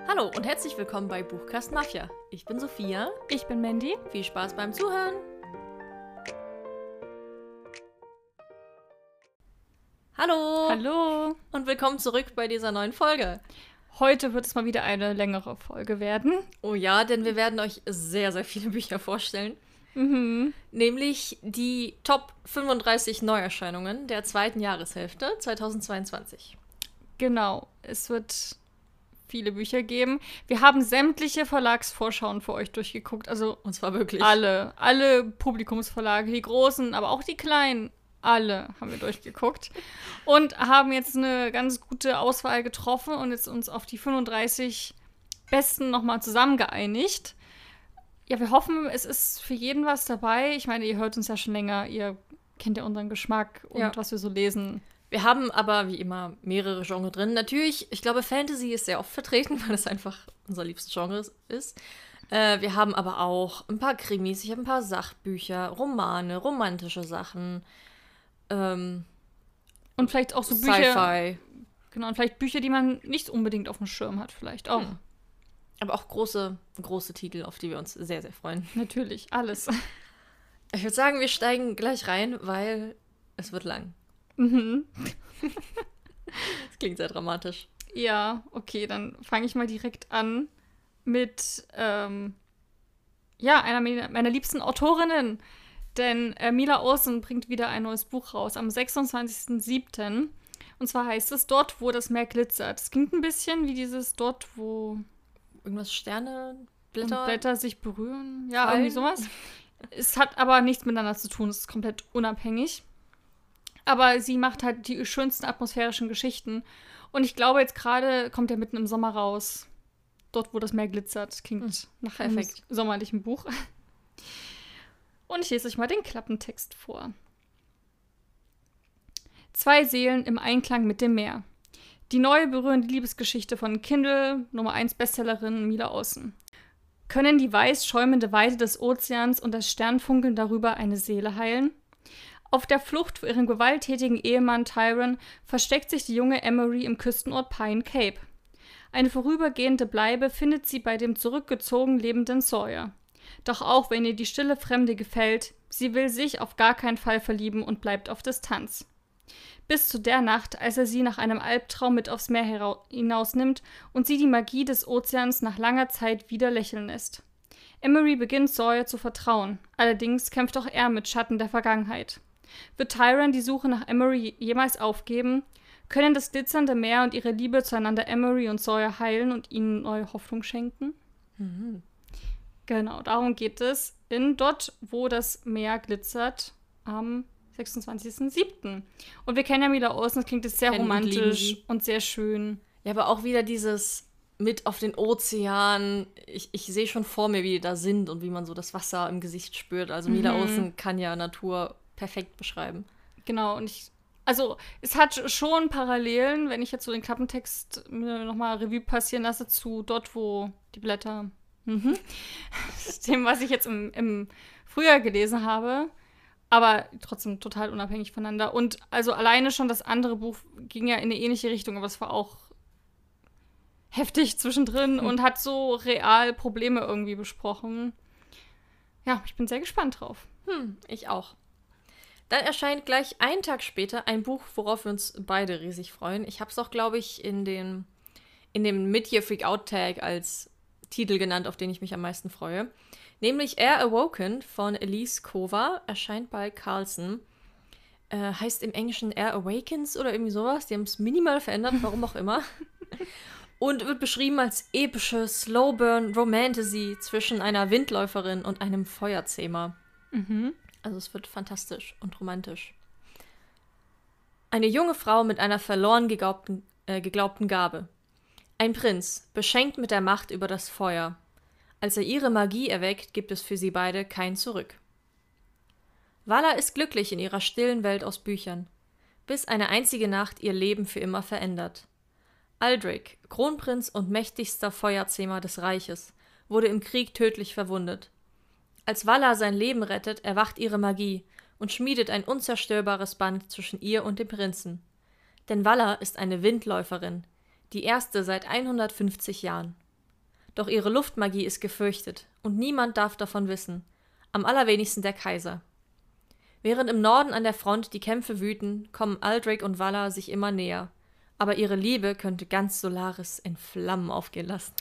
Hallo und herzlich willkommen bei Buchcast Mafia. Ich bin Sophia. Ich bin Mandy. Viel Spaß beim Zuhören. Hallo. Hallo. Und willkommen zurück bei dieser neuen Folge. Heute wird es mal wieder eine längere Folge werden. Oh ja, denn wir werden euch sehr, sehr viele Bücher vorstellen. Nämlich die Top 35 Neuerscheinungen der zweiten Jahreshälfte 2022. Genau, es wird viele Bücher geben. Wir haben sämtliche Verlagsvorschauen für euch durchgeguckt. Also und zwar wirklich alle Publikumsverlage, die großen, aber auch die kleinen. Alle haben wir durchgeguckt und haben jetzt eine ganz gute Auswahl getroffen und jetzt uns auf die 35 besten nochmal zusammengeeinigt. Ja, wir hoffen, es ist für jeden was dabei. Ich meine, ihr hört uns ja schon länger, ihr kennt ja unseren Geschmack und was wir so lesen. Wir haben aber wie immer mehrere Genres drin. Natürlich, ich glaube, Fantasy ist sehr oft vertreten, weil es einfach unser liebstes Genre ist. Wir haben aber auch ein paar Krimis, ich habe ein paar Sachbücher, Romane, romantische Sachen. Und vielleicht auch so Bücher. Sci-Fi. Genau, und vielleicht Bücher, die man nicht unbedingt auf dem Schirm hat, vielleicht auch. Aber auch große Titel, auf die wir uns sehr, sehr freuen. Natürlich, alles. Ich würde sagen, wir steigen gleich rein, weil es wird lang. Das klingt sehr dramatisch. Ja, okay, dann fange ich mal direkt an mit einer meiner liebsten Autorinnen. Denn Mila Olsen bringt wieder ein neues Buch raus am 26.07. Und zwar heißt es Dort, wo das Meer glitzert. Es klingt ein bisschen wie dieses Dort, wo irgendwas Sterne, Blätter sich berühren. Ja, irgendwie sowas. Es hat aber nichts miteinander zu tun. Es ist komplett unabhängig. Aber sie macht halt die schönsten atmosphärischen Geschichten. Und ich glaube, jetzt gerade kommt er mitten im Sommer raus. Dort, wo das Meer glitzert. Klingt nach einem sommerlichen Buch. Und ich lese euch mal den Klappentext vor. 2 Seelen im Einklang mit dem Meer. Die neue berührende Liebesgeschichte von Kindle Nummer 1 Bestsellerin Mila Olsen. Können die weiß schäumende Weite des Ozeans und das Sternfunkeln darüber eine Seele heilen? Auf der Flucht vor ihrem gewalttätigen Ehemann Tyron versteckt sich die junge Emery im Küstenort Pine Cape. Eine vorübergehende Bleibe findet sie bei dem zurückgezogen lebenden Sawyer. Doch auch wenn ihr die stille Fremde gefällt, sie will sich auf gar keinen Fall verlieben und bleibt auf Distanz. Bis zu der Nacht, als er sie nach einem Albtraum mit aufs Meer hinausnimmt und sie die Magie des Ozeans nach langer Zeit wieder lächeln lässt. Emery beginnt Sawyer zu vertrauen, allerdings kämpft auch er mit Schatten der Vergangenheit. Wird Tyron die Suche nach Emery jemals aufgeben? Können das glitzernde Meer und ihre Liebe zueinander Emery und Sawyer heilen und ihnen neue Hoffnung schenken? Genau, darum geht es in Dort, wo das Meer glitzert, am 26.07. Und wir kennen ja Mila Olsen, das klingt jetzt sehr romantisch und sehr schön. Ja, aber auch wieder dieses mit auf den Ozean. Ich sehe schon vor mir, wie die da sind und wie man so das Wasser im Gesicht spürt. Also Mila Olsen kann ja Natur perfekt beschreiben. Genau, und es hat schon Parallelen, wenn ich jetzt so den Klappentext mir nochmal Revue passieren lasse, zu Dort, wo die Blätter dem, was ich jetzt im Frühjahr gelesen habe, aber trotzdem total unabhängig voneinander. Und also alleine schon das andere Buch ging ja in eine ähnliche Richtung, aber es war auch heftig zwischendrin und hat so real Probleme irgendwie besprochen. Ja, ich bin sehr gespannt drauf. Ich auch. Dann erscheint gleich einen Tag später ein Buch, worauf wir uns beide riesig freuen. Ich habe es auch, glaube ich, in dem Mid-Year Freak-Out-Tag als Titel genannt, auf den ich mich am meisten freue. Nämlich Air Awoken von Elise Kova, erscheint bei Carlsen. Heißt im Englischen Air Awakens oder irgendwie sowas. Die haben es minimal verändert, warum auch immer. Und wird beschrieben als epische Slowburn-Romantasy zwischen einer Windläuferin und einem Feuerzähmer. Also es wird fantastisch und romantisch. Eine junge Frau mit einer verloren geglaubten Gabe. Ein Prinz, beschenkt mit der Macht über das Feuer. Als er ihre Magie erweckt, gibt es für sie beide kein Zurück. Vala ist glücklich in ihrer stillen Welt aus Büchern, bis eine einzige Nacht ihr Leben für immer verändert. Aldrich, Kronprinz und mächtigster Feuerzähmer des Reiches, wurde im Krieg tödlich verwundet. Als Vala sein Leben rettet, erwacht ihre Magie und schmiedet ein unzerstörbares Band zwischen ihr und dem Prinzen. Denn Vala ist eine Windläuferin, die erste seit 150 Jahren. Doch ihre Luftmagie ist gefürchtet und niemand darf davon wissen. Am allerwenigsten der Kaiser. Während im Norden an der Front die Kämpfe wüten, kommen Aldrich und Vala sich immer näher. Aber ihre Liebe könnte ganz Solaris in Flammen aufgehen lassen.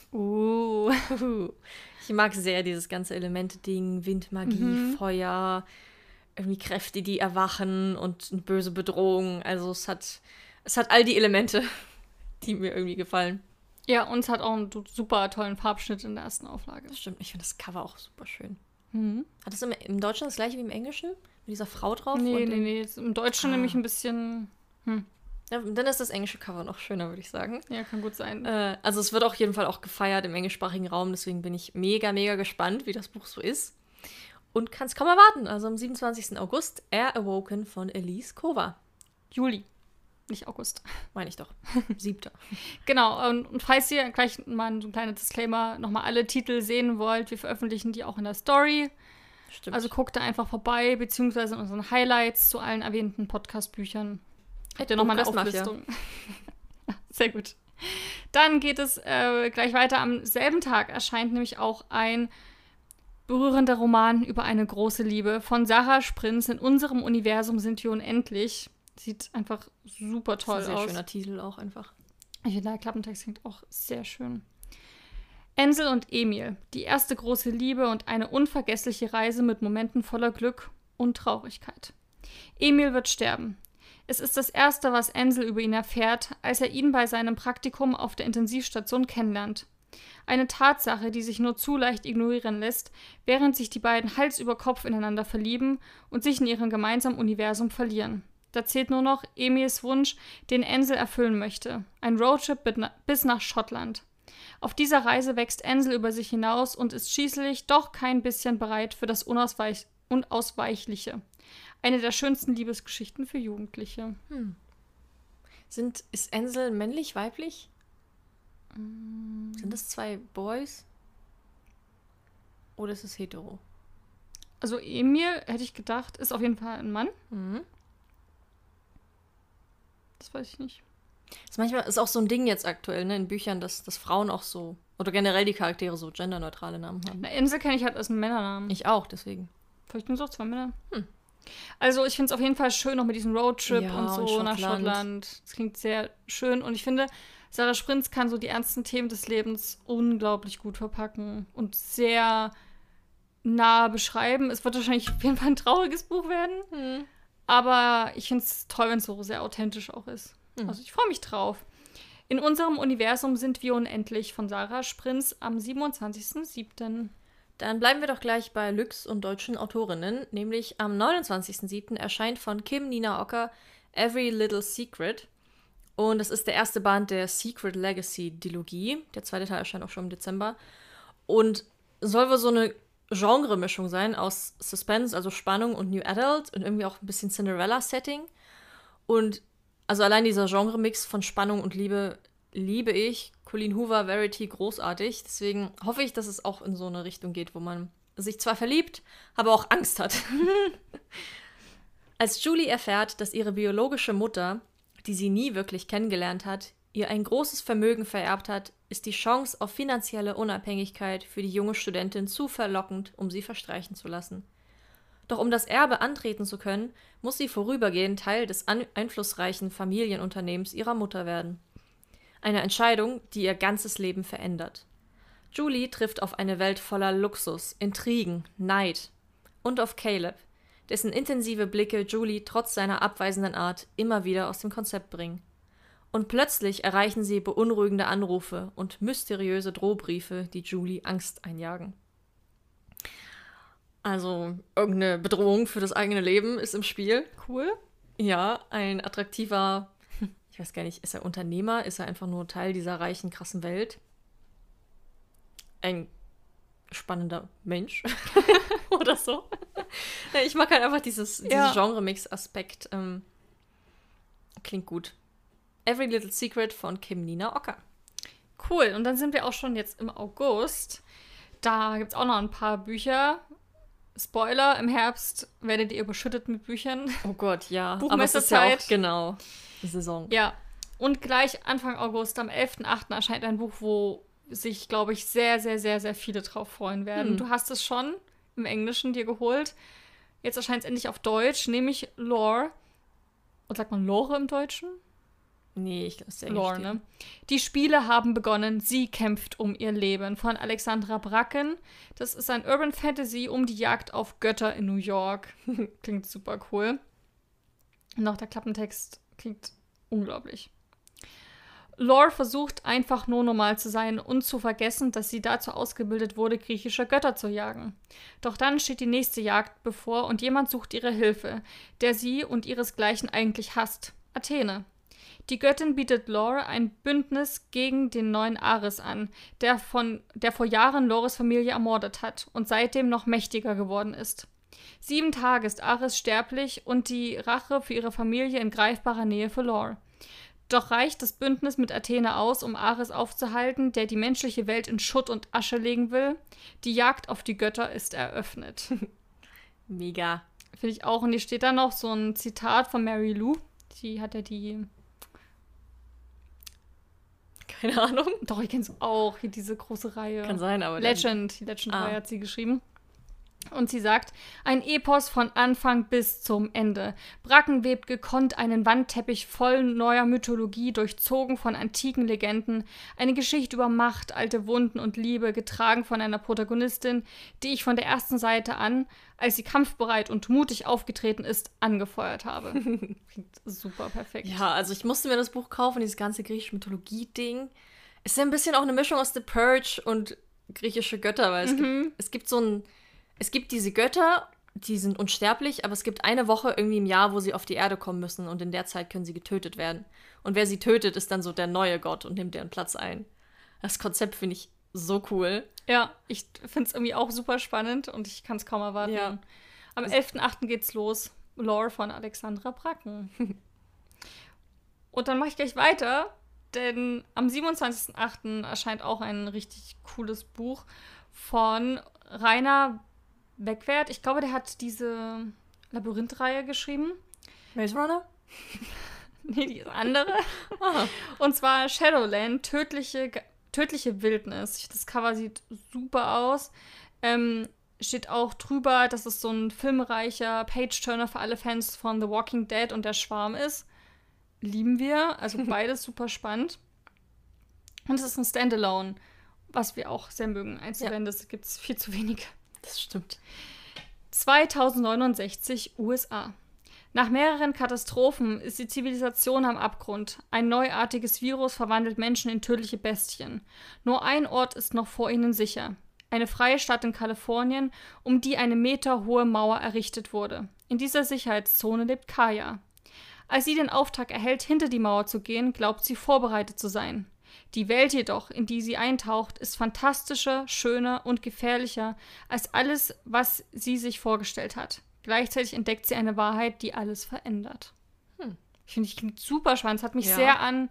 Ich mag sehr dieses ganze Elemente-Ding, Windmagie, Feuer, irgendwie Kräfte, die erwachen und eine böse Bedrohung. Also es hat all die Elemente, die mir irgendwie gefallen. Ja, und es hat auch einen super tollen Farbschnitt in der ersten Auflage. Das stimmt, ich finde das Cover auch super schön. Mhm. Hat es im Deutschen das gleiche wie im Englischen? Mit dieser Frau drauf? Nee. Im Deutschen nämlich ein bisschen... Ja, dann ist das englische Cover noch schöner, würde ich sagen. Ja, kann gut sein. Also es wird auf jeden Fall auch gefeiert im englischsprachigen Raum, deswegen bin ich mega, mega gespannt, wie das Buch so ist. Und kann es kaum erwarten. Also am 27. August, Air Awoken von Elise Kova. Juli, nicht August. Meine ich doch. 7. Genau, und falls ihr gleich mal so ein kleiner Disclaimer nochmal alle Titel sehen wollt, wir veröffentlichen die auch in der Story. Stimmt. Also guckt da einfach vorbei, beziehungsweise in unseren Highlights zu allen erwähnten Podcast-Büchern. Habt ihr nochmal eine Auflistung? Sehr gut. Dann geht es gleich weiter. Am selben Tag erscheint nämlich auch ein berührender Roman über eine große Liebe von Sarah Sprins. In unserem Universum sind wir unendlich. Sieht einfach super toll aus. Das ist ein sehr schöner Titel auch einfach. Ich finde, der Klappentext klingt auch sehr schön. Ansel und Emil. Die erste große Liebe und eine unvergessliche Reise mit Momenten voller Glück und Traurigkeit. Emil wird sterben. Es ist das Erste, was Ansel über ihn erfährt, als er ihn bei seinem Praktikum auf der Intensivstation kennenlernt. Eine Tatsache, die sich nur zu leicht ignorieren lässt, während sich die beiden Hals über Kopf ineinander verlieben und sich in ihrem gemeinsamen Universum verlieren. Da zählt nur noch Emils Wunsch, den Ansel erfüllen möchte. Ein Roadtrip bis nach Schottland. Auf dieser Reise wächst Ansel über sich hinaus und ist schließlich doch kein bisschen bereit für das Unausweichliche. Eine der schönsten Liebesgeschichten für Jugendliche. Ist Ansel männlich, weiblich? Sind das 2 Boys? Oder ist es hetero? Also Emil, hätte ich gedacht, ist auf jeden Fall ein Mann. Das weiß ich nicht. Das ist auch so ein Ding jetzt aktuell, ne, in Büchern, dass Frauen auch so, oder generell die Charaktere so genderneutrale Namen haben. Na, Ansel kenne ich halt als einen Männernamen. Ich auch, deswegen. Vielleicht sind es auch 2 Männer. Also ich finde es auf jeden Fall schön, noch mit diesem Roadtrip Ja, und so und Schottland. nach Schottland. Das klingt sehr schön. Und ich finde, Sarah Sprins kann so die ernsten Themen des Lebens unglaublich gut verpacken und sehr nah beschreiben. Es wird wahrscheinlich auf jeden Fall ein trauriges Buch werden. Aber ich finde es toll, wenn es so sehr authentisch auch ist. Also ich freue mich drauf. In unserem Universum sind wir unendlich von Sarah Sprins am 27.07. Dann bleiben wir doch gleich bei Lux und deutschen Autorinnen, nämlich am 29.07. erscheint von Kim Nina Ocker Every Little Secret. Und das ist der erste Band der Secret Legacy-Dilogie. Der zweite Teil erscheint auch schon im Dezember. Und soll wohl so eine Genre-Mischung sein aus Suspense, also Spannung und New Adult und irgendwie auch ein bisschen Cinderella-Setting. Und also allein dieser Genre-Mix von Spannung und Liebe liebe ich. Colleen Hoover, Verity, großartig. Deswegen hoffe ich, dass es auch in so eine Richtung geht, wo man sich zwar verliebt, aber auch Angst hat. Als Julie erfährt, dass ihre biologische Mutter, die sie nie wirklich kennengelernt hat, ihr ein großes Vermögen vererbt hat, ist die Chance auf finanzielle Unabhängigkeit für die junge Studentin zu verlockend, um sie verstreichen zu lassen. Doch um das Erbe antreten zu können, muss sie vorübergehend Teil des einflussreichen Familienunternehmens ihrer Mutter werden. Eine Entscheidung, die ihr ganzes Leben verändert. Julie trifft auf eine Welt voller Luxus, Intrigen, Neid und auf Caleb, dessen intensive Blicke Julie trotz seiner abweisenden Art immer wieder aus dem Konzept bringen. Und plötzlich erreichen sie beunruhigende Anrufe und mysteriöse Drohbriefe, die Julie Angst einjagen. Also, irgendeine Bedrohung für das eigene Leben ist im Spiel. Cool. Ja, ein attraktiver, ich weiß gar nicht, ist er Unternehmer? Ist er einfach nur Teil dieser reichen, krassen Welt? Ein spannender Mensch oder so. Ich mag halt einfach diesen Genre-Mix-Aspekt. Klingt gut. Every Little Secret von Kim Nina Ocker. Cool, und dann sind wir auch schon jetzt im August. Da gibt es auch noch ein paar Bücher. Spoiler, im Herbst werdet ihr überschüttet mit Büchern. Oh Gott, ja. Aber es ist ja auch, genau, Saison. Ja, und gleich Anfang August, am 11.08. erscheint ein Buch, wo sich, glaube ich, sehr, sehr, sehr, sehr viele drauf freuen werden. Du hast es schon im Englischen dir geholt. Jetzt erscheint es endlich auf Deutsch, nämlich Lore. Und sagt man Lore im Deutschen? Nee, ich glaube, es ist Lore, ne? Die Spiele haben begonnen, sie kämpft um ihr Leben. Von Alexandra Bracken. Das ist ein Urban Fantasy um die Jagd auf Götter in New York. Klingt super cool. Und auch der Klappentext klingt unglaublich. Lore versucht einfach nur normal zu sein und zu vergessen, dass sie dazu ausgebildet wurde, griechische Götter zu jagen. Doch dann steht die nächste Jagd bevor und jemand sucht ihre Hilfe, der sie und ihresgleichen eigentlich hasst. Athene. Die Göttin bietet Lore ein Bündnis gegen den neuen Ares an, der vor Jahren Lores Familie ermordet hat und seitdem noch mächtiger geworden ist. 7 Tage ist Ares sterblich und die Rache für ihre Familie in greifbarer Nähe für Lore. Doch reicht das Bündnis mit Athene aus, um Ares aufzuhalten, der die menschliche Welt in Schutt und Asche legen will? Die Jagd auf die Götter ist eröffnet. Mega. Finde ich auch. Und hier steht dann noch so ein Zitat von Mary Lou. Die hat ja die... Keine Ahnung. Doch, ich kenne es auch. Hier diese große Reihe. Kann sein, aber... Legend. Die Legend-Reihe hat sie geschrieben. Und sie sagt, ein Epos von Anfang bis zum Ende. Bracken webt gekonnt einen Wandteppich voll neuer Mythologie, durchzogen von antiken Legenden. Eine Geschichte über Macht, alte Wunden und Liebe, getragen von einer Protagonistin, die ich von der ersten Seite an, als sie kampfbereit und mutig aufgetreten ist, angefeuert habe. Klingt super perfekt. Ja, also ich musste mir das Buch kaufen, dieses ganze griechische Mythologie-Ding. Ist ja ein bisschen auch eine Mischung aus The Purge und griechische Götter, weil es gibt diese Götter, die sind unsterblich, aber es gibt eine Woche irgendwie im Jahr, wo sie auf die Erde kommen müssen und in der Zeit können sie getötet werden. Und wer sie tötet, ist dann so der neue Gott und nimmt deren Platz ein. Das Konzept finde ich so cool. Ja, ich finde es irgendwie auch super spannend und ich kann es kaum erwarten. Ja. Am 11.8. geht's los. Lore von Alexandra Bracken. Und dann mache ich gleich weiter, denn am 27.8. erscheint auch ein richtig cooles Buch von Rainer Wegwert. Ich glaube, der hat diese Labyrinth-Reihe geschrieben. Maze Runner? Nee, die andere. Und zwar Shadowland, tödliche Wildnis. Das Cover sieht super aus. Steht auch drüber, dass es so ein filmreicher Page-Turner für alle Fans von The Walking Dead und der Schwarm ist. Lieben wir. Also beides super spannend. Und es ist ein Standalone, was wir auch sehr mögen. Einzelbände, das gibt es viel zu wenig. Das stimmt. 2069 USA. Nach mehreren Katastrophen ist die Zivilisation am Abgrund. Ein neuartiges Virus verwandelt Menschen in tödliche Bestien. Nur ein Ort ist noch vor ihnen sicher. Eine freie Stadt in Kalifornien, um die eine meterhohe Mauer errichtet wurde. In dieser Sicherheitszone lebt Kaya. Als sie den Auftrag erhält, hinter die Mauer zu gehen, glaubt sie, vorbereitet zu sein. Die Welt jedoch, in die sie eintaucht, ist fantastischer, schöner und gefährlicher als alles, was sie sich vorgestellt hat. Gleichzeitig entdeckt sie eine Wahrheit, die alles verändert. Finde ich klingt super spannend. Es hat mich sehr an,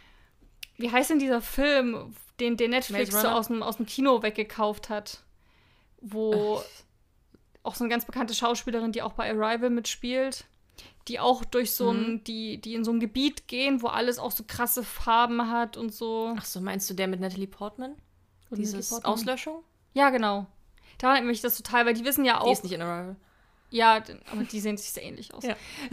wie heißt denn dieser Film, den Netflix so aus dem Kino weggekauft hat, wo auch so eine ganz bekannte Schauspielerin, die auch bei Arrival mitspielt, die auch durch so die in so ein Gebiet gehen, wo alles auch so krasse Farben hat und so. Ach so, meinst du der mit Natalie Portman? Dieses Auslöschung? Ja, genau. Da wundert mich das total, weil die wissen ja auch... Die ist nicht in Arrival. Ja, aber die sehen sich sehr ähnlich aus. Ja.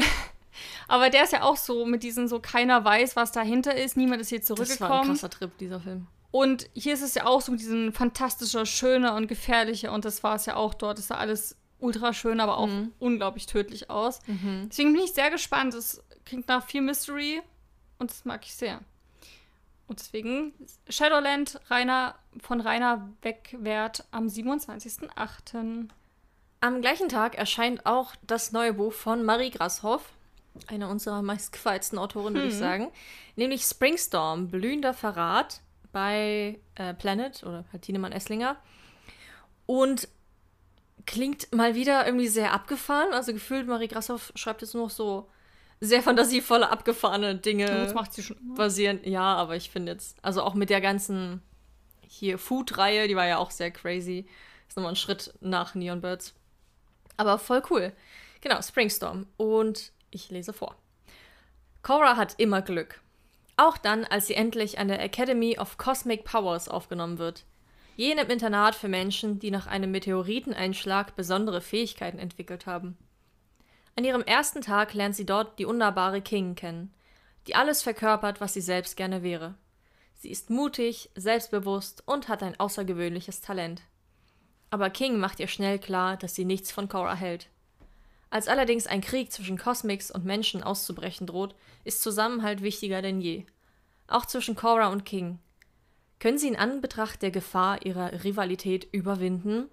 Aber der ist ja auch so mit diesen so, keiner weiß, was dahinter ist, niemand ist hier zurückgekommen. Das war ein krasser Trip, dieser Film. Und hier ist es ja auch so mit diesem fantastischer, schöner und gefährlicher und das war es ja auch dort. Das sah alles ultra schön, aber auch unglaublich tödlich aus. Deswegen bin ich sehr gespannt. Es klingt nach viel Mystery und das mag ich sehr. Und deswegen Shadowland von Rainer Wegwert am 27.8. Am gleichen Tag erscheint auch das neue Buch von Marie Grashoff, eine unserer meistgefeilsten Autorinnen, würde ich sagen. Nämlich Springstorm, blühender Verrat bei Planet oder halt Tienemann Esslinger. Und klingt mal wieder irgendwie sehr abgefahren. Also gefühlt, Marie Grashoff schreibt jetzt nur noch so sehr fantasievolle, abgefahrene Dinge. Das macht sie schon immer. Basieren. Ja, aber ich finde jetzt, also auch mit der ganzen hier Food-Reihe, die war ja auch sehr crazy. Ist nochmal ein Schritt nach Neon Birds. Aber voll cool. Genau, Springstorm. Und ich lese vor. Cora hat immer Glück. Auch dann, als sie endlich an der Academy of Cosmic Powers aufgenommen wird. Jenem Internat für Menschen, die nach einem Meteoriteneinschlag besondere Fähigkeiten entwickelt haben. An ihrem ersten Tag lernt sie dort die wunderbare King kennen, die alles verkörpert, was sie selbst gerne wäre. Sie ist mutig, selbstbewusst und hat ein außergewöhnliches Talent. Aber King macht ihr schnell klar, dass sie nichts von Cora hält. Als allerdings ein Krieg zwischen Cosmics und Menschen auszubrechen droht, ist Zusammenhalt wichtiger denn je. Auch zwischen Cora und King. Können sie in Anbetracht der Gefahr ihrer Rivalität überwinden?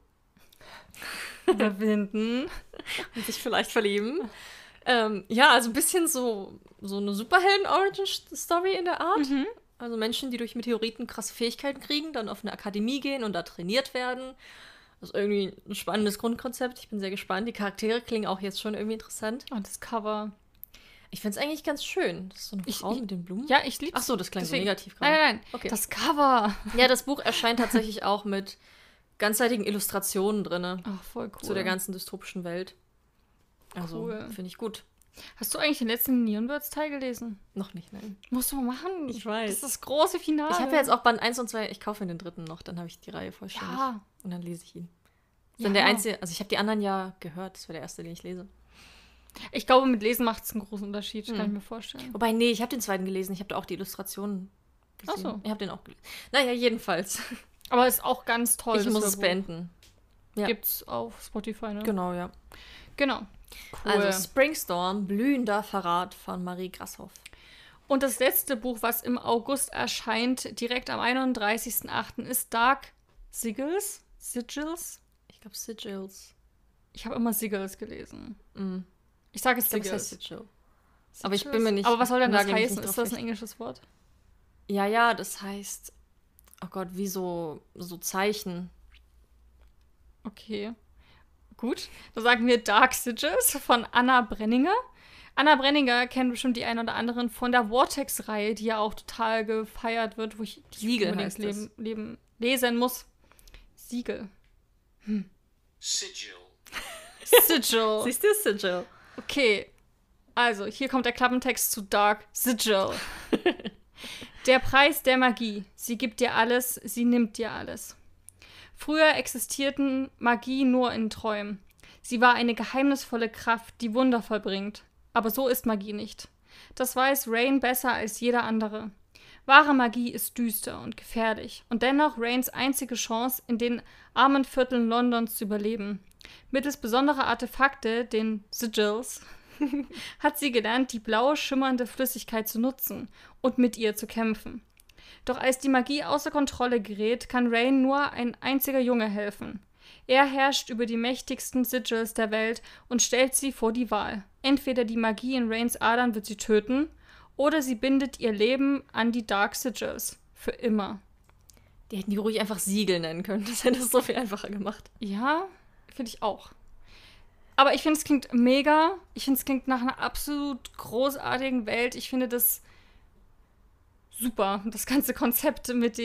Überwinden. Und sich vielleicht verlieben? Ja, also ein bisschen so eine Superhelden-Origin-Story in der Art. Mhm. Also Menschen, die durch Meteoriten krasse Fähigkeiten kriegen, dann auf eine Akademie gehen und da trainiert werden. Das ist irgendwie ein spannendes Grundkonzept. Ich bin sehr gespannt. Die Charaktere klingen auch jetzt schon irgendwie interessant. Und das Cover. Ich finde es eigentlich ganz schön. Das ist so eine Frau mit den Blumen. Ja, ich liebe es. Ach so, das klang so negativ gerade. gerade. Nein. Okay. Das Cover. Ja, das Buch erscheint tatsächlich auch mit ganzseitigen Illustrationen drin. Ach, voll cool. Zu der ganzen dystopischen Welt. Also, cool. finde ich gut. Hast du eigentlich den letzten Neonbirds-Teil gelesen? Noch nicht, nein. Musst du mal machen. Ich weiß. Das ist das große Finale. Ich habe ja jetzt auch Band 1 und 2. Ich kaufe den dritten noch. Dann habe ich die Reihe vollständig. Ja. Und dann lese ich ihn. Das ist der einzige, also ich habe die anderen ja gehört. Das war der erste, den ich lese. Ich glaube, mit Lesen macht es einen großen Unterschied, kann ich mir vorstellen. Wobei, nee, ich habe den zweiten gelesen. Ich habe da auch die Illustrationen gesehen. Ach so. Ich habe den auch gelesen. Naja, jedenfalls. Aber ist auch ganz toll. Ich muss es beenden. Ja. Gibt's auf Spotify, ne? Genau, ja. Genau. Cool. Also Springstorm, blühender Verrat von Marie Grashoff. Und das letzte Buch, was im August erscheint, direkt am 31.08., ist Dark Sigils? Sigils? Ich glaube Sigils. Ich habe immer Sigils gelesen. Mhm. Ich sage es Sigils. Sigils. Sigil. Aber ich bin mir nicht. Aber was soll denn das nagel mich heißen? nicht Ist drauf das ein englisches Wort? Ja, das heißt, oh Gott, wie so Zeichen. Okay. Gut. Da sagen wir Dark Sigils von Anna Brenninger. Anna Brenninger kennen bestimmt die einen oder anderen von der Vortex-Reihe, die ja auch total gefeiert wird, wo ich die Siegel unbedingt heißt lesen muss. Siegel. Sigil. Sigil. Siehst du, Sigil? Okay. Also, hier kommt der Klappentext zu Dark Sigil. Der Preis der Magie. Sie gibt dir alles, sie nimmt dir alles. Früher existierten Magie nur in Träumen. Sie war eine geheimnisvolle Kraft, die Wunder vollbringt. Aber so ist Magie nicht. Das weiß Rain besser als jeder andere. Wahre Magie ist düster und gefährlich und dennoch Rains einzige Chance, in den armen Vierteln Londons zu überleben. Mittels besonderer Artefakte, den Sigils, hat sie gelernt, die blaue, schimmernde Flüssigkeit zu nutzen und mit ihr zu kämpfen. Doch als die Magie außer Kontrolle gerät, kann Rain nur ein einziger Junge helfen. Er herrscht über die mächtigsten Sigils der Welt und stellt sie vor die Wahl. Entweder die Magie in Rains Adern wird sie töten, oder sie bindet ihr Leben an die Dark Sigils. Für immer. Die hätten die ruhig einfach Siegel nennen können. Das hätte es so viel einfacher gemacht. Ja, finde ich auch. Aber ich finde, es klingt mega. Ich finde, es klingt nach einer absolut großartigen Welt. Ich finde das super. Das ganze Konzept mit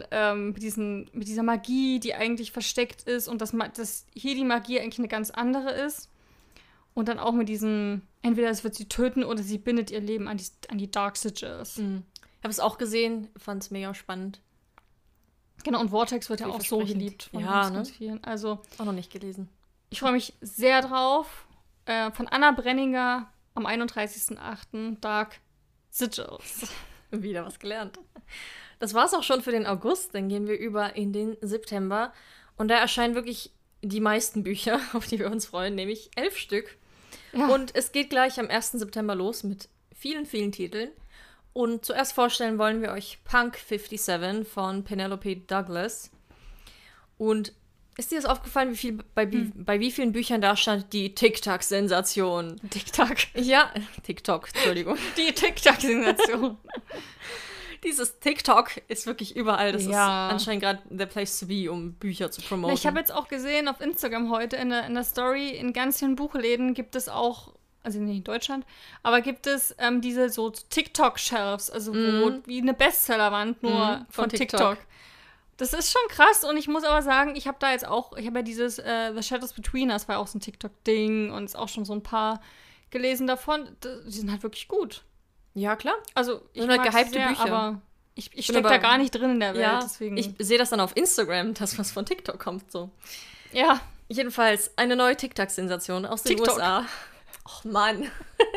dieser Magie, die eigentlich versteckt ist und dass hier die Magie eigentlich eine ganz andere ist. Und dann auch mit diesem, entweder es wird sie töten oder sie bindet ihr Leben an die Dark Sigils. Mhm. Ich habe es auch gesehen, fand es mega spannend. Genau, und Vortex wird ja auch so geliebt von ganz vielen. Also, auch noch nicht gelesen. Ich freue mich sehr drauf. Von Anna Brenninger am 31.08. Dark Sigils. Wieder was gelernt. Das war's auch schon für den August. Dann gehen wir über in den September. Und da erscheinen wirklich die meisten Bücher, auf die wir uns freuen, nämlich 11 Stück. Ja. Und es geht gleich am 1. September los mit vielen, vielen Titeln. Und zuerst vorstellen wollen wir euch Punk 57 von Penelope Douglas. Und ist dir das aufgefallen, bei wie vielen Büchern da stand die TikTok-Sensation? TikTok. Ja, TikTok, Entschuldigung. Die TikTok-Sensation. Dieses TikTok ist wirklich überall. Das Ja. ist anscheinend gerade der Place to be, um Bücher zu promoten. Ich habe jetzt auch gesehen auf Instagram heute in der Story, in ganz vielen Buchläden gibt es auch, also nicht in Deutschland, aber gibt es diese so TikTok-Shelves, also wie eine Bestsellerwand nur von TikTok. Das ist schon krass und ich muss aber sagen, ich habe ja dieses The Shadows Between Us, war auch so ein TikTok-Ding und ist auch schon so ein paar gelesen davon. Die sind halt wirklich gut. Ja, klar. Also, ich Sind halt mag gehypte sehr, Bücher. aber ich stecke da gar nicht drin in der Welt, Ja, deswegen. ich sehe das dann auf Instagram, das, was von TikTok kommt, so. Ja. Jedenfalls eine neue TikTok-Sensation aus den TikTok. USA. Och, Mann.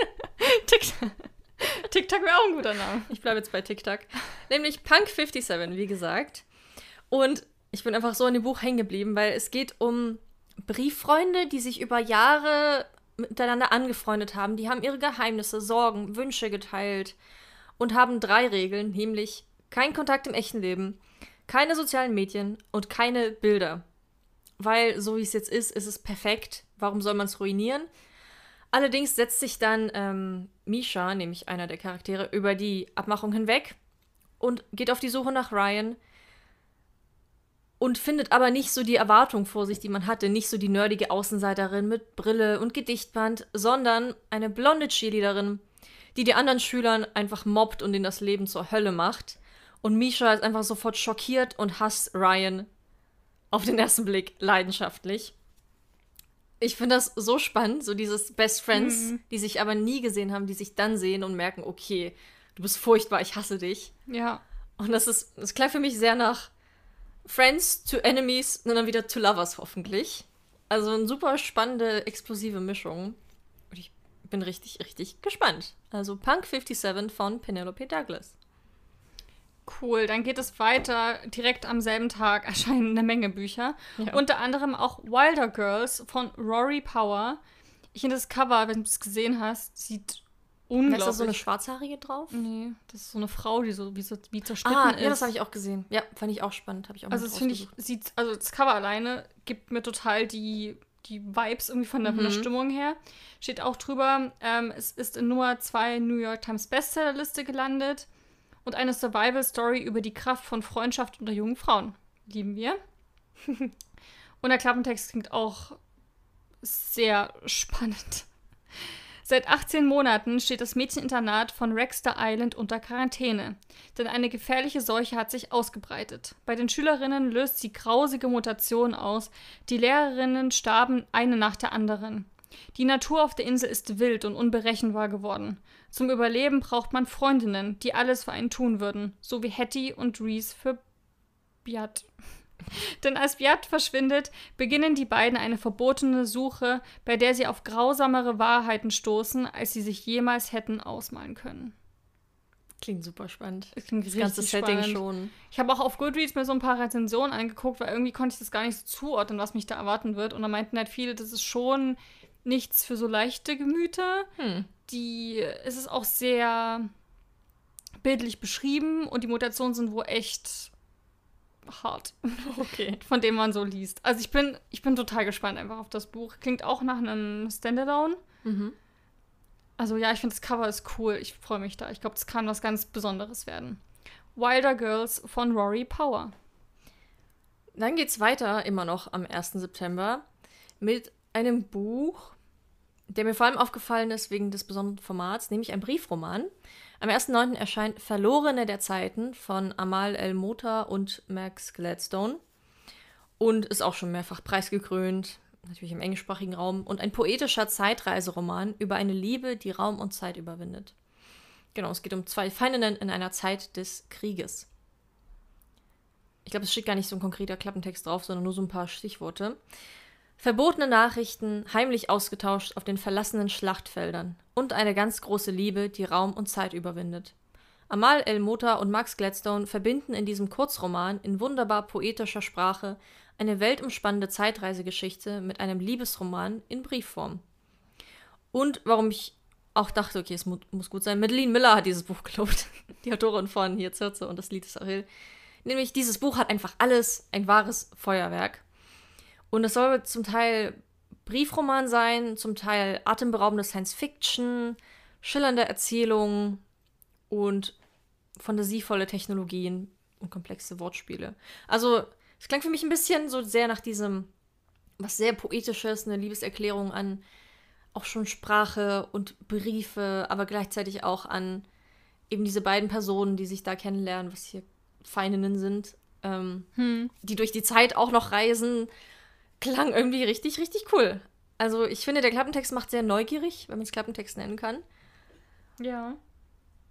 TikTok wäre auch ein guter Name. Ich bleibe jetzt bei TikTok. Nämlich Punk 57, wie gesagt. Und ich bin einfach so in dem Buch hängen geblieben, weil es geht um Brieffreunde, die sich über Jahre miteinander angefreundet haben. Die haben ihre Geheimnisse, Sorgen, Wünsche geteilt und haben 3 Regeln, nämlich kein Kontakt im echten Leben, keine sozialen Medien und keine Bilder. Weil, so wie es jetzt ist es perfekt. Warum soll man es ruinieren? Allerdings setzt sich dann Misha, nämlich einer der Charaktere, über die Abmachung hinweg und geht auf die Suche nach Ryan und findet aber nicht so die Erwartung vor sich, die man hatte. Nicht so die nerdige Außenseiterin mit Brille und Gedichtband, sondern eine blonde Cheerleaderin, die die anderen Schülern einfach mobbt und ihnen das Leben zur Hölle macht. Und Misha ist einfach sofort schockiert und hasst Ryan auf den ersten Blick leidenschaftlich. Ich finde das so spannend, so dieses Best Friends, die sich aber nie gesehen haben, die sich dann sehen und merken, okay, du bist furchtbar, ich hasse dich. Ja. Und das klingt für mich sehr nach Friends to Enemies und dann wieder to Lovers hoffentlich. Also eine super spannende, explosive Mischung. Und ich bin richtig, richtig gespannt. Also Punk 57 von Penelope Douglas. Cool, dann geht es weiter. Direkt am selben Tag erscheinen eine Menge Bücher. Ja. Unter anderem auch Wilder Girls von Rory Power. Ich finde das Cover, wenn du es gesehen hast, sieht unglaublich. Ist da so eine Schwarzhaarige drauf? Nee, das ist so eine Frau, die so wie zerschnitten ist. Ja, das habe ich auch gesehen. Ja, fand ich auch spannend. Habe ich auch Also das finde ich, also das Cover alleine gibt mir total die Vibes irgendwie von der Stimmung her. Steht auch drüber, es ist in Nummer 2 New York Times Bestsellerliste gelandet und eine Survival-Story über die Kraft von Freundschaft unter jungen Frauen. Lieben wir. Und der Klappentext klingt auch sehr spannend. Seit 18 Monaten steht das Mädcheninternat von Rexter Island unter Quarantäne, denn eine gefährliche Seuche hat sich ausgebreitet. Bei den Schülerinnen löst sie grausige Mutationen aus, die Lehrerinnen starben eine nach der anderen. Die Natur auf der Insel ist wild und unberechenbar geworden. Zum Überleben braucht man Freundinnen, die alles für einen tun würden, so wie Hattie und Reese für Biat. Denn als Biat verschwindet, beginnen die beiden eine verbotene Suche, bei der sie auf grausamere Wahrheiten stoßen, als sie sich jemals hätten ausmalen können. Klingt super spannend. Das klingt Das richtig ganze Setting spannend. schon. Ich habe auch auf Goodreads mir so ein paar Rezensionen angeguckt, weil irgendwie konnte ich das gar nicht so zuordnen, was mich da erwarten wird. Und da meinten halt viele, das ist schon nichts für so leichte Gemüter. Es ist auch sehr bildlich beschrieben und die Mutationen sind wohl echt hart. Okay. Von dem man so liest. Also ich bin total gespannt einfach auf das Buch. Klingt auch nach einem Standalone. Also ja, ich finde das Cover ist cool. Ich freue mich da. Ich glaube, das kann was ganz Besonderes werden. Wilder Girls von Rory Power. Dann geht's weiter, immer noch am 1. September, mit einem Buch, der mir vor allem aufgefallen ist wegen des besonderen Formats, nämlich ein Briefroman. Am 1.9. erscheint Verlorene der Zeiten von Amal El-Mota und Max Gladstone und ist auch schon mehrfach preisgekrönt, natürlich im englischsprachigen Raum, und ein poetischer Zeitreiseroman über eine Liebe, die Raum und Zeit überwindet. Genau, es geht um 2 Feindinnen in einer Zeit des Krieges. Ich glaube, es steht gar nicht so ein konkreter Klappentext drauf, sondern nur so ein paar Stichworte. Verbotene Nachrichten, heimlich ausgetauscht auf den verlassenen Schlachtfeldern und eine ganz große Liebe, die Raum und Zeit überwindet. Amal El-Mota und Max Gladstone verbinden in diesem Kurzroman in wunderbar poetischer Sprache eine weltumspannende Zeitreisegeschichte mit einem Liebesroman in Briefform. Und warum ich auch dachte, okay, es muss gut sein, Madeline Miller hat dieses Buch gelobt, die Autorin von Hier Circe und das Lied des Ariel. Nämlich, dieses Buch hat einfach alles, ein wahres Feuerwerk. Und es soll zum Teil Briefroman sein, zum Teil atemberaubende Science-Fiction, schillernde Erzählungen und fantasievolle Technologien und komplexe Wortspiele. Also, es klang für mich ein bisschen so sehr nach diesem, was sehr Poetisches, eine Liebeserklärung an auch schon Sprache und Briefe, aber gleichzeitig auch an eben diese beiden Personen, die sich da kennenlernen, was hier Feindinnen sind, die durch die Zeit auch noch reisen. Klang irgendwie richtig, richtig cool. Also ich finde, der Klappentext macht sehr neugierig, wenn man es Klappentext nennen kann. Ja.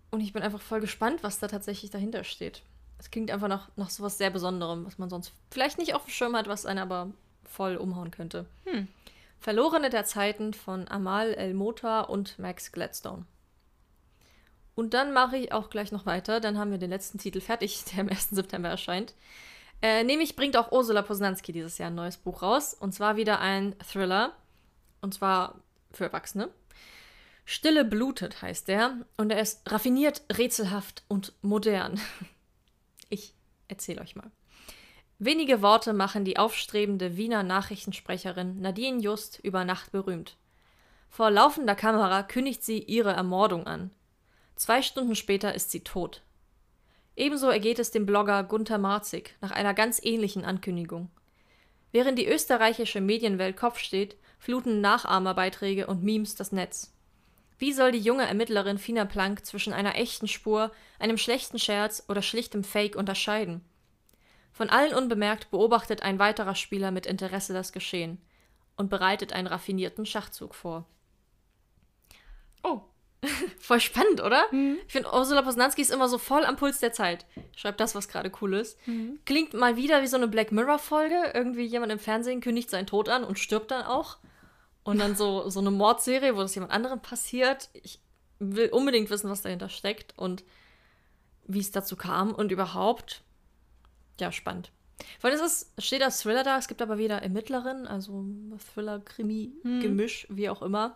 Und ich bin einfach voll gespannt, was da tatsächlich dahinter steht. Es klingt einfach nach sowas sehr Besonderem, was man sonst vielleicht nicht auf dem Schirm hat, was einen aber voll umhauen könnte. Verlorene der Zeiten von Amal El-Mota und Max Gladstone. Und dann mache ich auch gleich noch weiter. Dann haben wir den letzten Titel fertig, der am 1. September erscheint. Nämlich bringt auch Ursula Posnanski dieses Jahr ein neues Buch raus. Und zwar wieder ein Thriller. Und zwar für Erwachsene. Stille blutet heißt der. Und er ist raffiniert, rätselhaft und modern. Ich erzähle euch mal. Wenige Worte machen die aufstrebende Wiener Nachrichtensprecherin Nadine Just über Nacht berühmt. Vor laufender Kamera kündigt sie ihre Ermordung an. 2 Stunden später ist sie tot. Ebenso ergeht es dem Blogger Gunther Marzig nach einer ganz ähnlichen Ankündigung. Während die österreichische Medienwelt Kopf steht, fluten Nachahmerbeiträge und Memes das Netz. Wie soll die junge Ermittlerin Fina Plank zwischen einer echten Spur, einem schlechten Scherz oder schlichtem Fake unterscheiden? Von allen unbemerkt beobachtet ein weiterer Spieler mit Interesse das Geschehen und bereitet einen raffinierten Schachzug vor. Oh, voll spannend, oder? Ich finde, Ursula Posnanski ist immer so voll am Puls der Zeit. Schreibt das, was gerade cool ist. Klingt mal wieder wie so eine Black Mirror-Folge. Irgendwie jemand im Fernsehen kündigt seinen Tod an und stirbt dann auch. Und dann so eine Mordserie, wo das jemand anderem passiert. Ich will unbedingt wissen, was dahinter steckt und wie es dazu kam und überhaupt. Ja, spannend. Weil steht als Thriller da, es gibt aber wieder Ermittlerin, also Thriller-Krimi-Gemisch, wie auch immer.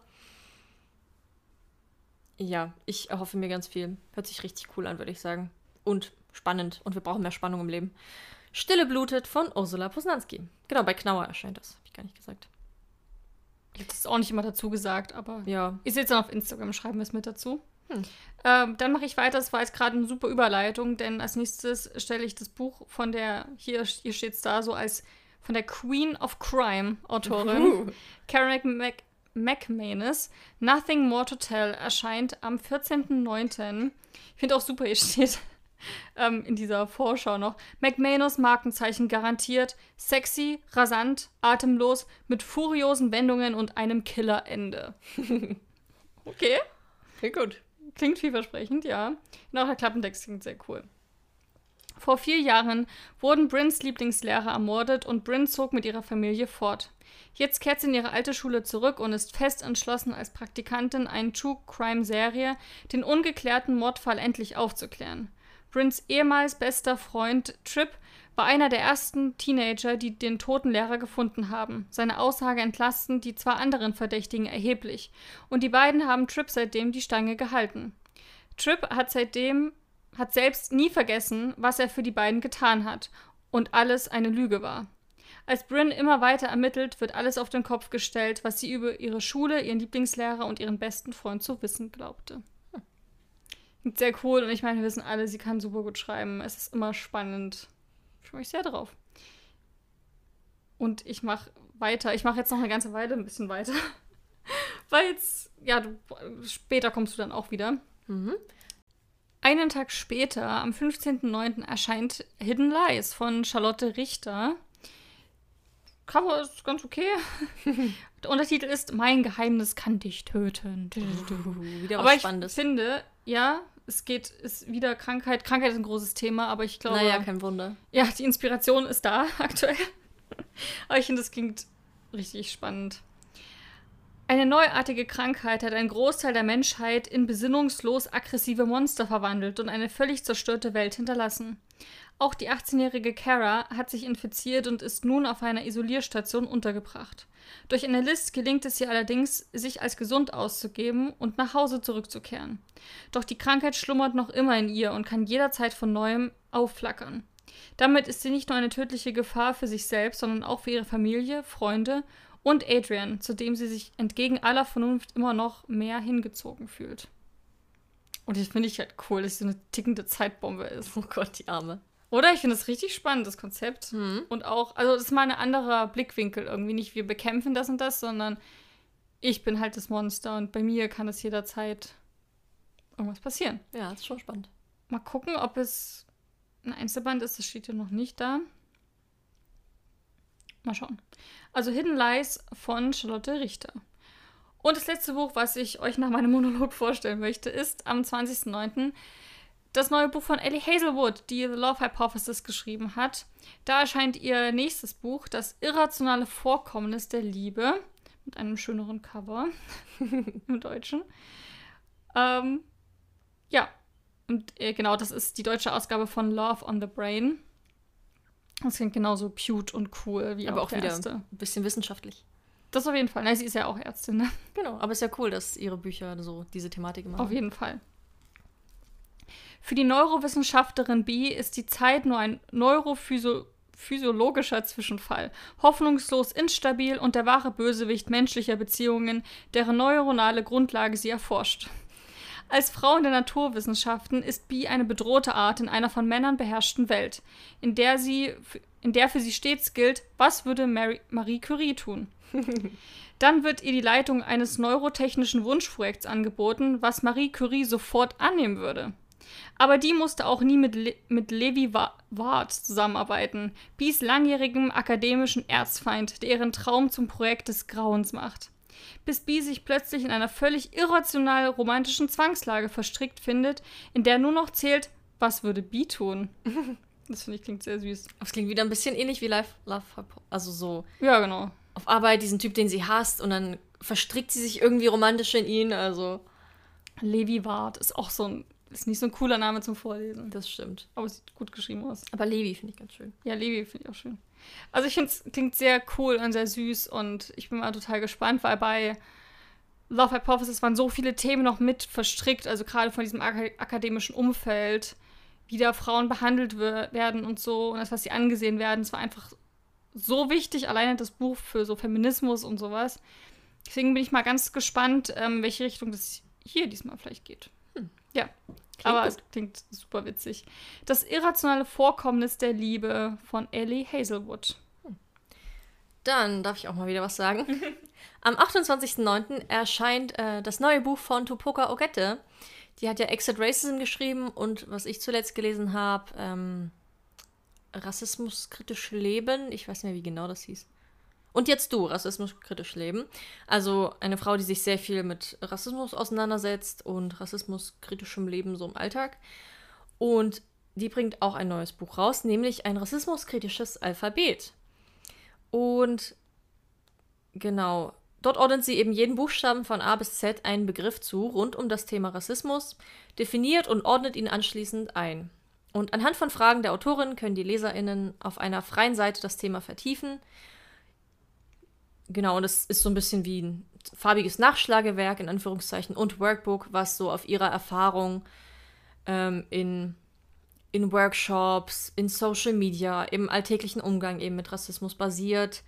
Ja, ich erhoffe mir ganz viel. Hört sich richtig cool an, würde ich sagen. Und spannend. Und wir brauchen mehr Spannung im Leben. Stille blutet von Ursula Posnanski. Genau, bei Knauer erscheint das. Habe ich gar nicht gesagt. Ich hätte es auch nicht immer dazu gesagt, aber ja. Ihr seht es dann auf Instagram, schreiben wir es mit dazu. Dann mache ich weiter. Das war jetzt gerade eine super Überleitung, denn als nächstes stelle ich das Buch von der, hier steht es da so als von der Queen of Crime Autorin, Karen McManus. Nothing More to Tell erscheint am 14.09. Ich finde auch super, hier steht in dieser Vorschau noch, McManus Markenzeichen garantiert, sexy, rasant, atemlos, mit furiosen Wendungen und einem Killerende. Okay. Klingt gut. Klingt vielversprechend, ja. Und auch der Klappentext klingt sehr cool. Vor 4 Jahren wurden Bryns Lieblingslehrer ermordet und Bryn zog mit ihrer Familie fort. Jetzt kehrt sie in ihre alte Schule zurück und ist fest entschlossen, als Praktikantin einer True-Crime-Serie den ungeklärten Mordfall endlich aufzuklären. Bryns ehemals bester Freund Trip war einer der ersten Teenager, die den toten Lehrer gefunden haben. Seine Aussage entlastet die 2 anderen Verdächtigen erheblich. Und die beiden haben Trip seitdem die Stange gehalten. Trip hat selbst nie vergessen, was er für die beiden getan hat. Und alles eine Lüge war. Als Bryn immer weiter ermittelt, wird alles auf den Kopf gestellt, was sie über ihre Schule, ihren Lieblingslehrer und ihren besten Freund zu wissen glaubte. Sehr cool. Und ich meine, wir wissen alle, sie kann super gut schreiben. Es ist immer spannend. Ich freue mich sehr drauf. Und ich mache weiter. Ich mache jetzt noch eine ganze Weile ein bisschen weiter. Weil jetzt, ja, später kommst du dann auch wieder. Einen Tag später, am 15.09. erscheint Hidden Lies von Charlotte Richter. Cover ist ganz okay. Der Untertitel ist Mein Geheimnis kann dich töten. Wieder was aber Spannendes. Ich finde, ja, ist wieder Krankheit. Krankheit ist ein großes Thema, aber ich glaube... Naja, kein Wunder. Ja, die Inspiration ist da aktuell. Aber ich finde, das klingt richtig spannend. Eine neuartige Krankheit hat einen Großteil der Menschheit in besinnungslos aggressive Monster verwandelt und eine völlig zerstörte Welt hinterlassen. Auch die 18-jährige Kara hat sich infiziert und ist nun auf einer Isolierstation untergebracht. Durch eine List gelingt es ihr allerdings, sich als gesund auszugeben und nach Hause zurückzukehren. Doch die Krankheit schlummert noch immer in ihr und kann jederzeit von Neuem aufflackern. Damit ist sie nicht nur eine tödliche Gefahr für sich selbst, sondern auch für ihre Familie, Freunde und Adrian, zu dem sie sich entgegen aller Vernunft immer noch mehr hingezogen fühlt. Und das finde ich halt cool, dass sie so eine tickende Zeitbombe ist. Oh Gott, die Arme. Oder? Ich finde das richtig spannend, das Konzept. Und auch, also das ist mal ein anderer Blickwinkel irgendwie. Nicht wir bekämpfen das und das, sondern ich bin halt das Monster und bei mir kann es jederzeit irgendwas passieren. Ja, das ist schon spannend. Mal gucken, ob es ein Einzelband ist. Das steht hier noch nicht da. Mal schauen. Also Hidden Lies von Charlotte Richter. Und das letzte Buch, was ich euch nach meinem Monolog vorstellen möchte, ist am 20.09. das neue Buch von Ellie Hazelwood, die The Love Hypothesis geschrieben hat. Da erscheint ihr nächstes Buch, Das irrationale Vorkommnis der Liebe, mit einem schöneren Cover im Deutschen. Ja, und genau, das ist die deutsche Ausgabe von Love on the Brain. Das klingt genauso cute und cool wie aber auch der wieder erste. ein bisschen wissenschaftlich. Das auf jeden Fall. Na, sie ist ja auch Ärztin, ne? Genau, aber ist ja cool, dass ihre Bücher so diese Thematik machen. Auf jeden Fall. Für die Neurowissenschaftlerin B ist die Zeit nur ein neurophysiologischer Zwischenfall, hoffnungslos instabil und der wahre Bösewicht menschlicher Beziehungen, deren neuronale Grundlage sie erforscht. Als Frau in der Naturwissenschaften ist B eine bedrohte Art in einer von Männern beherrschten Welt, in der für sie stets gilt, was würde Marie Curie tun? Dann wird ihr die Leitung eines neurotechnischen Wunschprojekts angeboten, was Marie Curie sofort annehmen würde. Aber die musste auch nie mit Levi Ward zusammenarbeiten, Bs langjährigem akademischen Erzfeind, der ihren Traum zum Projekt des Grauens macht. Bis B sich plötzlich in einer völlig irrational romantischen Zwangslage verstrickt findet, in der nur noch zählt, was würde B tun? Das finde ich klingt sehr süß. Das klingt wieder ein bisschen ähnlich wie Love, also so Ja, genau. auf Arbeit, diesen Typ, den sie hasst und dann verstrickt sie sich irgendwie romantisch in ihn, also. Levi Ward ist auch ist nicht so ein cooler Name zum Vorlesen. Das stimmt. Aber es sieht gut geschrieben aus. Aber Levi finde ich ganz schön. Ja, Levi finde ich auch schön. Also ich finde es klingt sehr cool und sehr süß und ich bin mal total gespannt, weil bei Love Hypothesis waren so viele Themen noch mit verstrickt, also gerade von diesem akademischen Umfeld, wie da Frauen behandelt werden und so und das, was sie angesehen werden. Es war einfach so wichtig, alleine das Buch für so Feminismus und sowas. Deswegen bin ich mal ganz gespannt, in welche Richtung das hier diesmal vielleicht geht. Ja, aber es klingt super witzig. Das irrationale Vorkommnis der Liebe von Ellie Hazelwood. Dann darf ich auch mal wieder was sagen. Am 28.09. erscheint das neue Buch von Tupoka Ogette. Die hat ja Exit Racism geschrieben und was ich zuletzt gelesen habe, Rassismuskritisch Leben. Ich weiß nicht mehr, wie genau das hieß. Und jetzt du, Rassismuskritisch Leben. Also eine Frau, die sich sehr viel mit Rassismus auseinandersetzt und rassismuskritischem Leben so im Alltag. Und die bringt auch ein neues Buch raus, nämlich ein rassismuskritisches Alphabet. Und genau, dort ordnet sie eben jeden Buchstaben von A bis Z einen Begriff zu, rund um das Thema Rassismus, definiert und ordnet ihn anschließend ein. Und anhand von Fragen der Autorin können die LeserInnen auf einer freien Seite das Thema vertiefen. Genau, und das ist so ein bisschen wie ein farbiges Nachschlagewerk, in Anführungszeichen, und Workbook, was so auf ihrer Erfahrung in Workshops, in Social Media, im alltäglichen Umgang eben mit Rassismus basiert.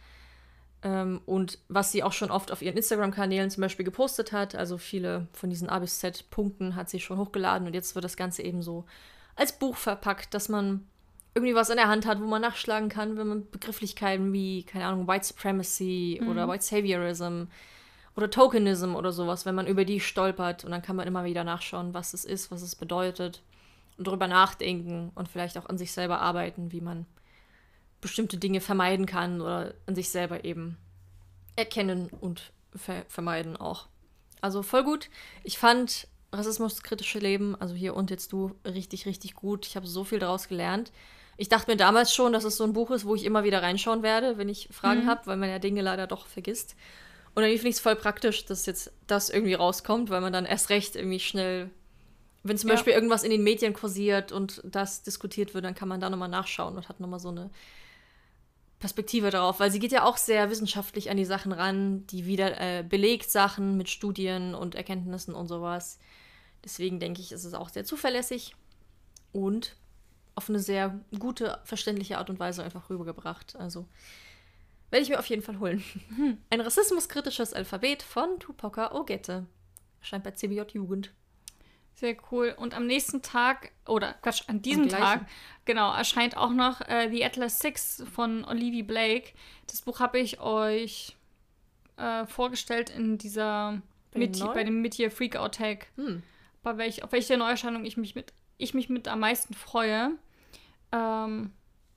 Und was sie auch schon oft auf ihren Instagram-Kanälen zum Beispiel gepostet hat. Also viele von diesen A bis Z-Punkten hat sie schon hochgeladen und jetzt wird das Ganze eben so als Buch verpackt, dass man irgendwie was in der Hand hat, wo man nachschlagen kann, wenn man Begrifflichkeiten wie, keine Ahnung, White Supremacy oder White Saviorism oder Tokenism oder sowas, wenn man über die stolpert und dann kann man immer wieder nachschauen, was es ist, was es bedeutet und darüber nachdenken und vielleicht auch an sich selber arbeiten, wie man bestimmte Dinge vermeiden kann oder an sich selber eben erkennen und vermeiden auch. Also voll gut. Ich fand Rassismuskritische Leben, also hier und jetzt du, richtig, richtig gut. Ich habe so viel daraus gelernt. Ich dachte mir damals schon, dass es so ein Buch ist, wo ich immer wieder reinschauen werde, wenn ich Fragen habe, weil man ja Dinge leider doch vergisst. Und dann finde ich es voll praktisch, dass jetzt das irgendwie rauskommt, weil man dann erst recht irgendwie schnell, wenn zum Beispiel irgendwas in den Medien kursiert und das diskutiert wird, dann kann man da nochmal nachschauen und hat nochmal so eine Perspektive darauf, weil sie geht ja auch sehr wissenschaftlich an die Sachen ran, die wieder belegt Sachen mit Studien und Erkenntnissen und sowas. Deswegen denke ich, ist es auch sehr zuverlässig und auf eine sehr gute, verständliche Art und Weise einfach rübergebracht. Also werde ich mir auf jeden Fall holen. Ein rassismuskritisches Alphabet von Tupoka Ogette. Erscheint bei CBJ Jugend. Sehr cool. Und am nächsten Tag, oder Quatsch, an diesem Tag, genau, erscheint auch noch The Atlas Six von Olivia Blake. Das Buch habe ich euch vorgestellt in dieser bei dem Mid-Year Freak-Out-Tag. Auf welche Neuerscheinung ich mich mit am meisten freue.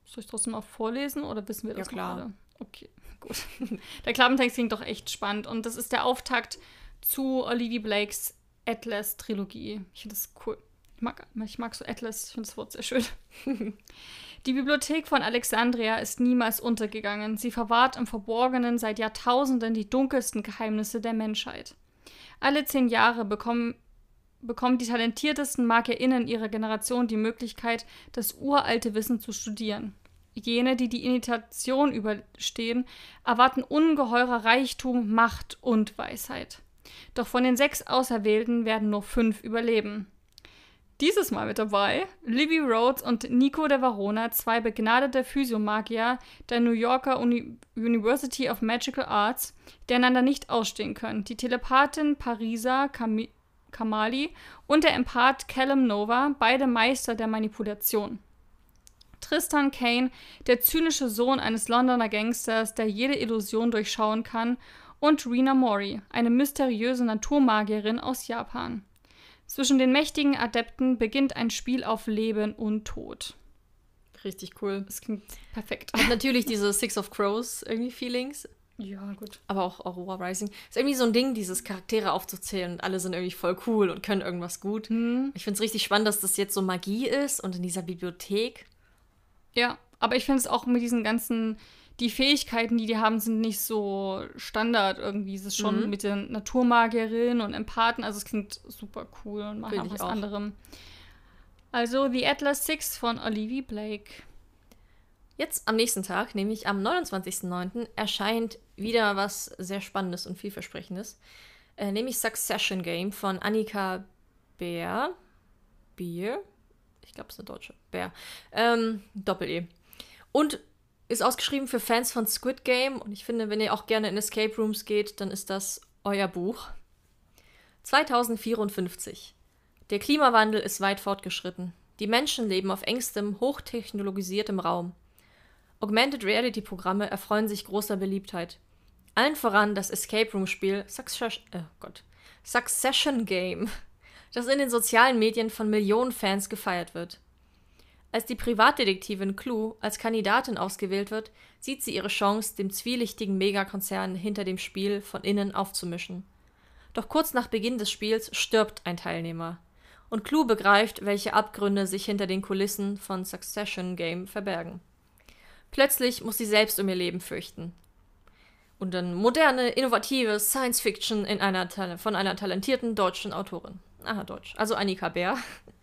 Soll ich trotzdem auch vorlesen oder wissen wir das Ja, klar. gerade? Okay, gut. Der Klappentext klingt doch echt spannend und das ist der Auftakt zu Olivia Blakes Atlas-Trilogie. Ich finde das cool. Ich mag so Atlas, ich finde das Wort sehr schön. Die Bibliothek von Alexandria ist niemals untergegangen. Sie verwahrt im Verborgenen seit Jahrtausenden die dunkelsten Geheimnisse der Menschheit. Alle 10 Jahre bekommen die talentiertesten MagierInnen ihrer Generation die Möglichkeit, das uralte Wissen zu studieren. Jene, die die Initiation überstehen, erwarten ungeheurer Reichtum, Macht und Weisheit. Doch von den 6 Auserwählten werden nur 5 überleben. Dieses Mal mit dabei Livy Rhodes und Nico de Varona, 2 begnadete Physiomagier der New Yorker University of Magical Arts, die einander nicht ausstehen können. Die Telepathin Parisa Kamali und der Empath Callum Nova, beide Meister der Manipulation. Tristan Kane, der zynische Sohn eines Londoner Gangsters, der jede Illusion durchschauen kann, und Rina Mori, eine mysteriöse Naturmagierin aus Japan. Zwischen den mächtigen Adepten beginnt ein Spiel auf Leben und Tod. Richtig cool. Das klingt perfekt. Und natürlich diese Six of Crows irgendwie Feelings. Ja, gut. Aber auch Aurora Rising. Ist irgendwie so ein Ding, dieses Charaktere aufzuzählen und alle sind irgendwie voll cool und können irgendwas gut. Ich finde es richtig spannend, dass das jetzt so Magie ist und in dieser Bibliothek. Ja, aber ich finde es auch mit diesen ganzen, die Fähigkeiten, die haben, sind nicht so Standard irgendwie. Es ist schon mit den Naturmagierin und Empathen, also es klingt super cool und macht auch was anderem. Also The Atlas 6 von Olivia Blake. Jetzt am nächsten Tag, nämlich am 29.09., erscheint wieder was sehr Spannendes und vielversprechendes. Nämlich Succession Game von Annika Beer. Ich glaube, es ist eine deutsche. Beer. Doppel-E. Und ist ausgeschrieben für Fans von Squid Game. Und ich finde, wenn ihr auch gerne in Escape Rooms geht, dann ist das euer Buch. 2054. Der Klimawandel ist weit fortgeschritten. Die Menschen leben auf engstem, hochtechnologisiertem Raum. Augmented Reality-Programme erfreuen sich großer Beliebtheit. Allen voran das Escape Room-Spiel Succession Game, das in den sozialen Medien von Millionen Fans gefeiert wird. Als die Privatdetektivin Clue als Kandidatin ausgewählt wird, sieht sie ihre Chance, dem zwielichtigen Megakonzern hinter dem Spiel von innen aufzumischen. Doch kurz nach Beginn des Spiels stirbt ein Teilnehmer. Und Clue begreift, welche Abgründe sich hinter den Kulissen von Succession Game verbergen. Plötzlich muss sie selbst um ihr Leben fürchten. Und dann moderne, innovative Science-Fiction von einer talentierten deutschen Autorin. Aha, Deutsch. Also Annika Beer.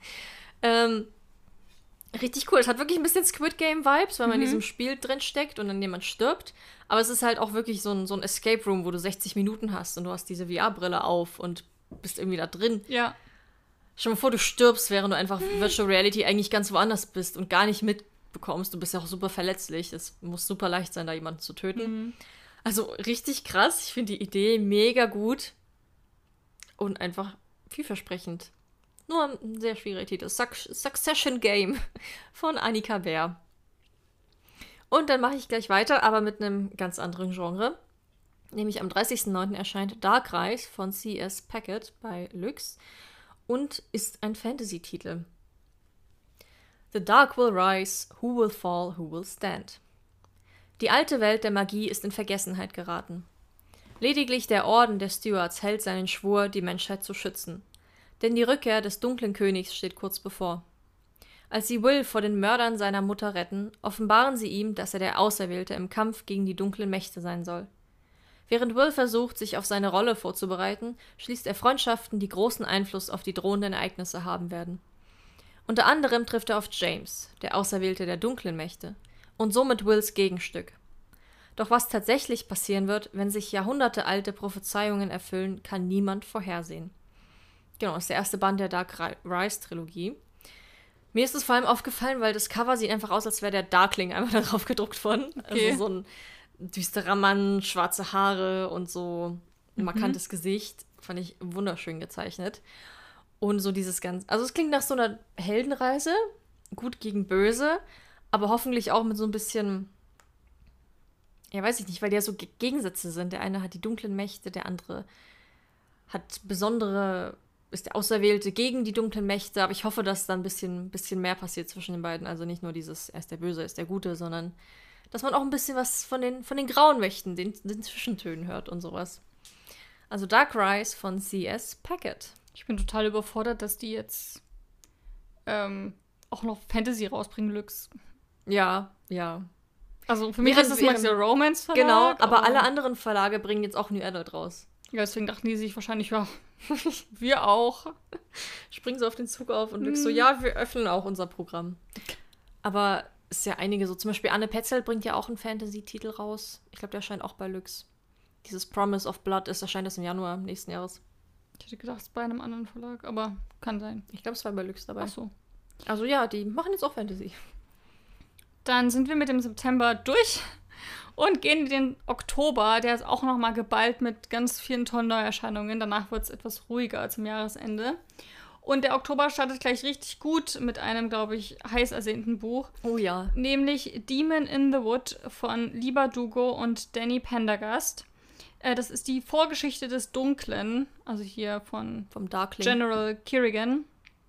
Richtig cool. Es hat wirklich ein bisschen Squid Game-Vibes, weil man in diesem Spiel drin steckt und dann jemand stirbt. Aber es ist halt auch wirklich so ein Escape Room, wo du 60 Minuten hast und du hast diese VR-Brille auf und bist irgendwie da drin. Ja. Stell dir mal vor, du stirbst, während du einfach Virtual Reality eigentlich ganz woanders bist und gar nicht mitbekommst. Du bist ja auch super verletzlich. Es muss super leicht sein, da jemanden zu töten. Also richtig krass. Ich finde die Idee mega gut und einfach vielversprechend. Nur ein sehr schwieriger Titel. Succession Game von Annika Beer. Und dann mache ich gleich weiter, aber mit einem ganz anderen Genre. Nämlich am 30.09. erscheint Darkrise von C.S. Packet bei Lux und ist ein Fantasy-Titel. The dark will rise, who will fall, who will stand. Die alte Welt der Magie ist in Vergessenheit geraten. Lediglich der Orden der Stewards hält seinen Schwur, die Menschheit zu schützen. Denn die Rückkehr des dunklen Königs steht kurz bevor. Als sie Will vor den Mördern seiner Mutter retten, offenbaren sie ihm, dass er der Auserwählte im Kampf gegen die dunklen Mächte sein soll. Während Will versucht, sich auf seine Rolle vorzubereiten, schließt er Freundschaften, die großen Einfluss auf die drohenden Ereignisse haben werden. Unter anderem trifft er auf James, der Auserwählte der dunklen Mächte, und somit Wills Gegenstück. Doch was tatsächlich passieren wird, wenn sich jahrhundertealte Prophezeiungen erfüllen, kann niemand vorhersehen. Genau, das ist der erste Band der Darkrise-Trilogie. Mir ist es vor allem aufgefallen, weil das Cover sieht einfach aus, als wäre der Darkling einfach da drauf gedruckt worden. Okay. Also so ein düsterer Mann, schwarze Haare und so ein markantes Gesicht. Fand ich wunderschön gezeichnet. Und so dieses ganze... Also es klingt nach so einer Heldenreise, gut gegen böse, aber hoffentlich auch mit so ein bisschen... Ja, weiß ich nicht, weil die ja so Gegensätze sind. Der eine hat die dunklen Mächte, der andere hat besondere ist der Auserwählte gegen die dunklen Mächte, aber ich hoffe, dass da ein bisschen mehr passiert zwischen den beiden. Also nicht nur dieses, er ist der Böse, er ist der Gute, sondern dass man auch ein bisschen was von den grauen Mächten, den Zwischentönen hört und sowas. Also Dark Rise von C.S. Packet. Ich bin total überfordert, dass die jetzt auch noch Fantasy rausbringen, Lux. Ja, ja. Also für mich ist das mal so Romance-Verlag. Genau, aber alle anderen Verlage bringen jetzt auch New Adult raus. Ja, deswegen dachten die sich wahrscheinlich, ja, wir auch. Springen so auf den Zug auf und Lux so, ja, wir öffnen auch unser Programm. Aber es ist ja einige so, zum Beispiel Anne Petzold bringt ja auch einen Fantasy-Titel raus. Ich glaube, der erscheint auch bei Lux. Dieses Promise of Blood erscheint das im Januar nächsten Jahres. Ich hätte gedacht, es ist bei einem anderen Verlag, aber kann sein. Ich glaube, es war bei Lux dabei. Ach so. Also ja, die machen jetzt auch Fantasy. Dann sind wir mit dem September durch und gehen in den Oktober. Der ist auch nochmal geballt mit ganz vielen tollen Neuerscheinungen. Danach wird es etwas ruhiger zum Jahresende. Und der Oktober startet gleich richtig gut mit einem, glaube ich, heiß ersehnten Buch. Oh ja. Nämlich Demon in the Wood von Liba Dugo und Danny Pendergast. Das ist die Vorgeschichte des Dunklen, also hier vom Darkling. General Kerrigan,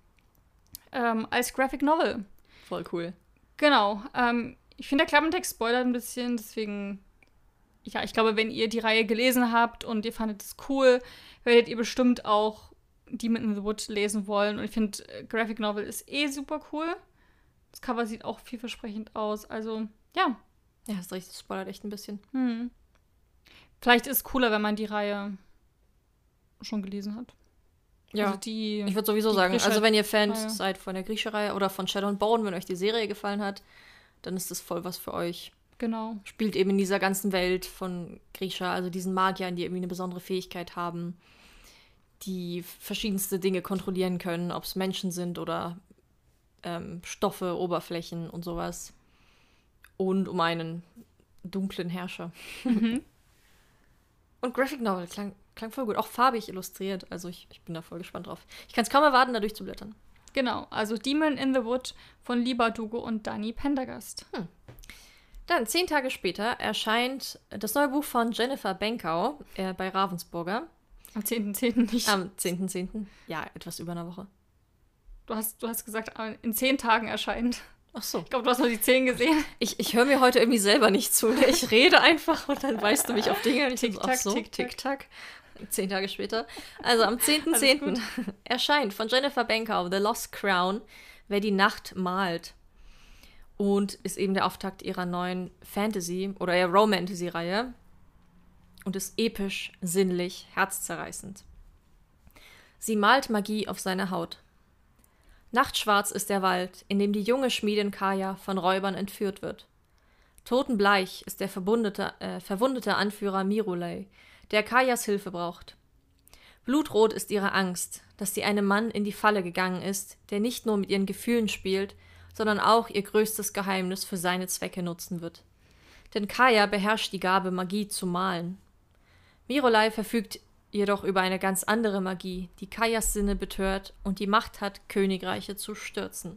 als Graphic Novel. Voll cool. Genau. Ich finde, der Klappentext spoilert ein bisschen, deswegen, ja, ich glaube, wenn ihr die Reihe gelesen habt und ihr fandet es cool, werdet ihr bestimmt auch Demon in the Wood lesen wollen. Und ich finde, Graphic Novel ist super cool. Das Cover sieht auch vielversprechend aus. Also, ja. Ja, hast recht, das spoilert echt ein bisschen. Vielleicht ist es cooler, wenn man die Reihe schon gelesen hat. Ja, also ich würde sowieso sagen, also wenn ihr Fans seid von der Grieche-Reihe oder von Shadow and Bone, wenn euch die Serie gefallen hat, dann ist das voll was für euch. Genau. Spielt eben in dieser ganzen Welt von Grisha, also diesen Magiern, die irgendwie eine besondere Fähigkeit haben, die verschiedenste Dinge kontrollieren können, ob es Menschen sind oder Stoffe, Oberflächen und sowas. Und um einen dunklen Herrscher. Und Graphic Novel klang voll gut. Auch farbig illustriert. Also ich bin da voll gespannt drauf. Ich kann es kaum erwarten, da durchzublättern. Genau. Also Demon in the Wood von Liba Dugo und Danny Pendergast. Dann, 10 Tage später, erscheint das neue Buch von Jennifer Benkau bei Ravensburger. Am 10.10. nicht. Am 10.10. Ja, etwas über einer Woche. Du hast gesagt, in 10 Tagen erscheint. Ach so. Ich glaube, du hast nur die 10 gesehen. Ich höre mir heute irgendwie selber nicht zu. Ich rede einfach und dann weist du mich auf Dinge. Tick-Tack, so, Tick-Tack. Tick-Tack. 10 Tage später. Also am 10.10. erscheint von Jennifer Benkau The Lost Crown, wer die Nacht malt. Und ist eben der Auftakt ihrer neuen Fantasy- oder eher Romantasy-Reihe. Und ist episch, sinnlich, herzzerreißend. Sie malt Magie auf seine Haut. Nachtschwarz ist der Wald, in dem die junge Schmiedin Kaya von Räubern entführt wird. Totenbleich ist der verwundete Anführer Mirulei, der Kayas Hilfe braucht. Blutrot ist ihre Angst, dass sie einem Mann in die Falle gegangen ist, der nicht nur mit ihren Gefühlen spielt, sondern auch ihr größtes Geheimnis für seine Zwecke nutzen wird. Denn Kaya beherrscht die Gabe, Magie zu malen. Mirulei verfügt jedoch über eine ganz andere Magie, die Kayas Sinne betört und die Macht hat, Königreiche zu stürzen.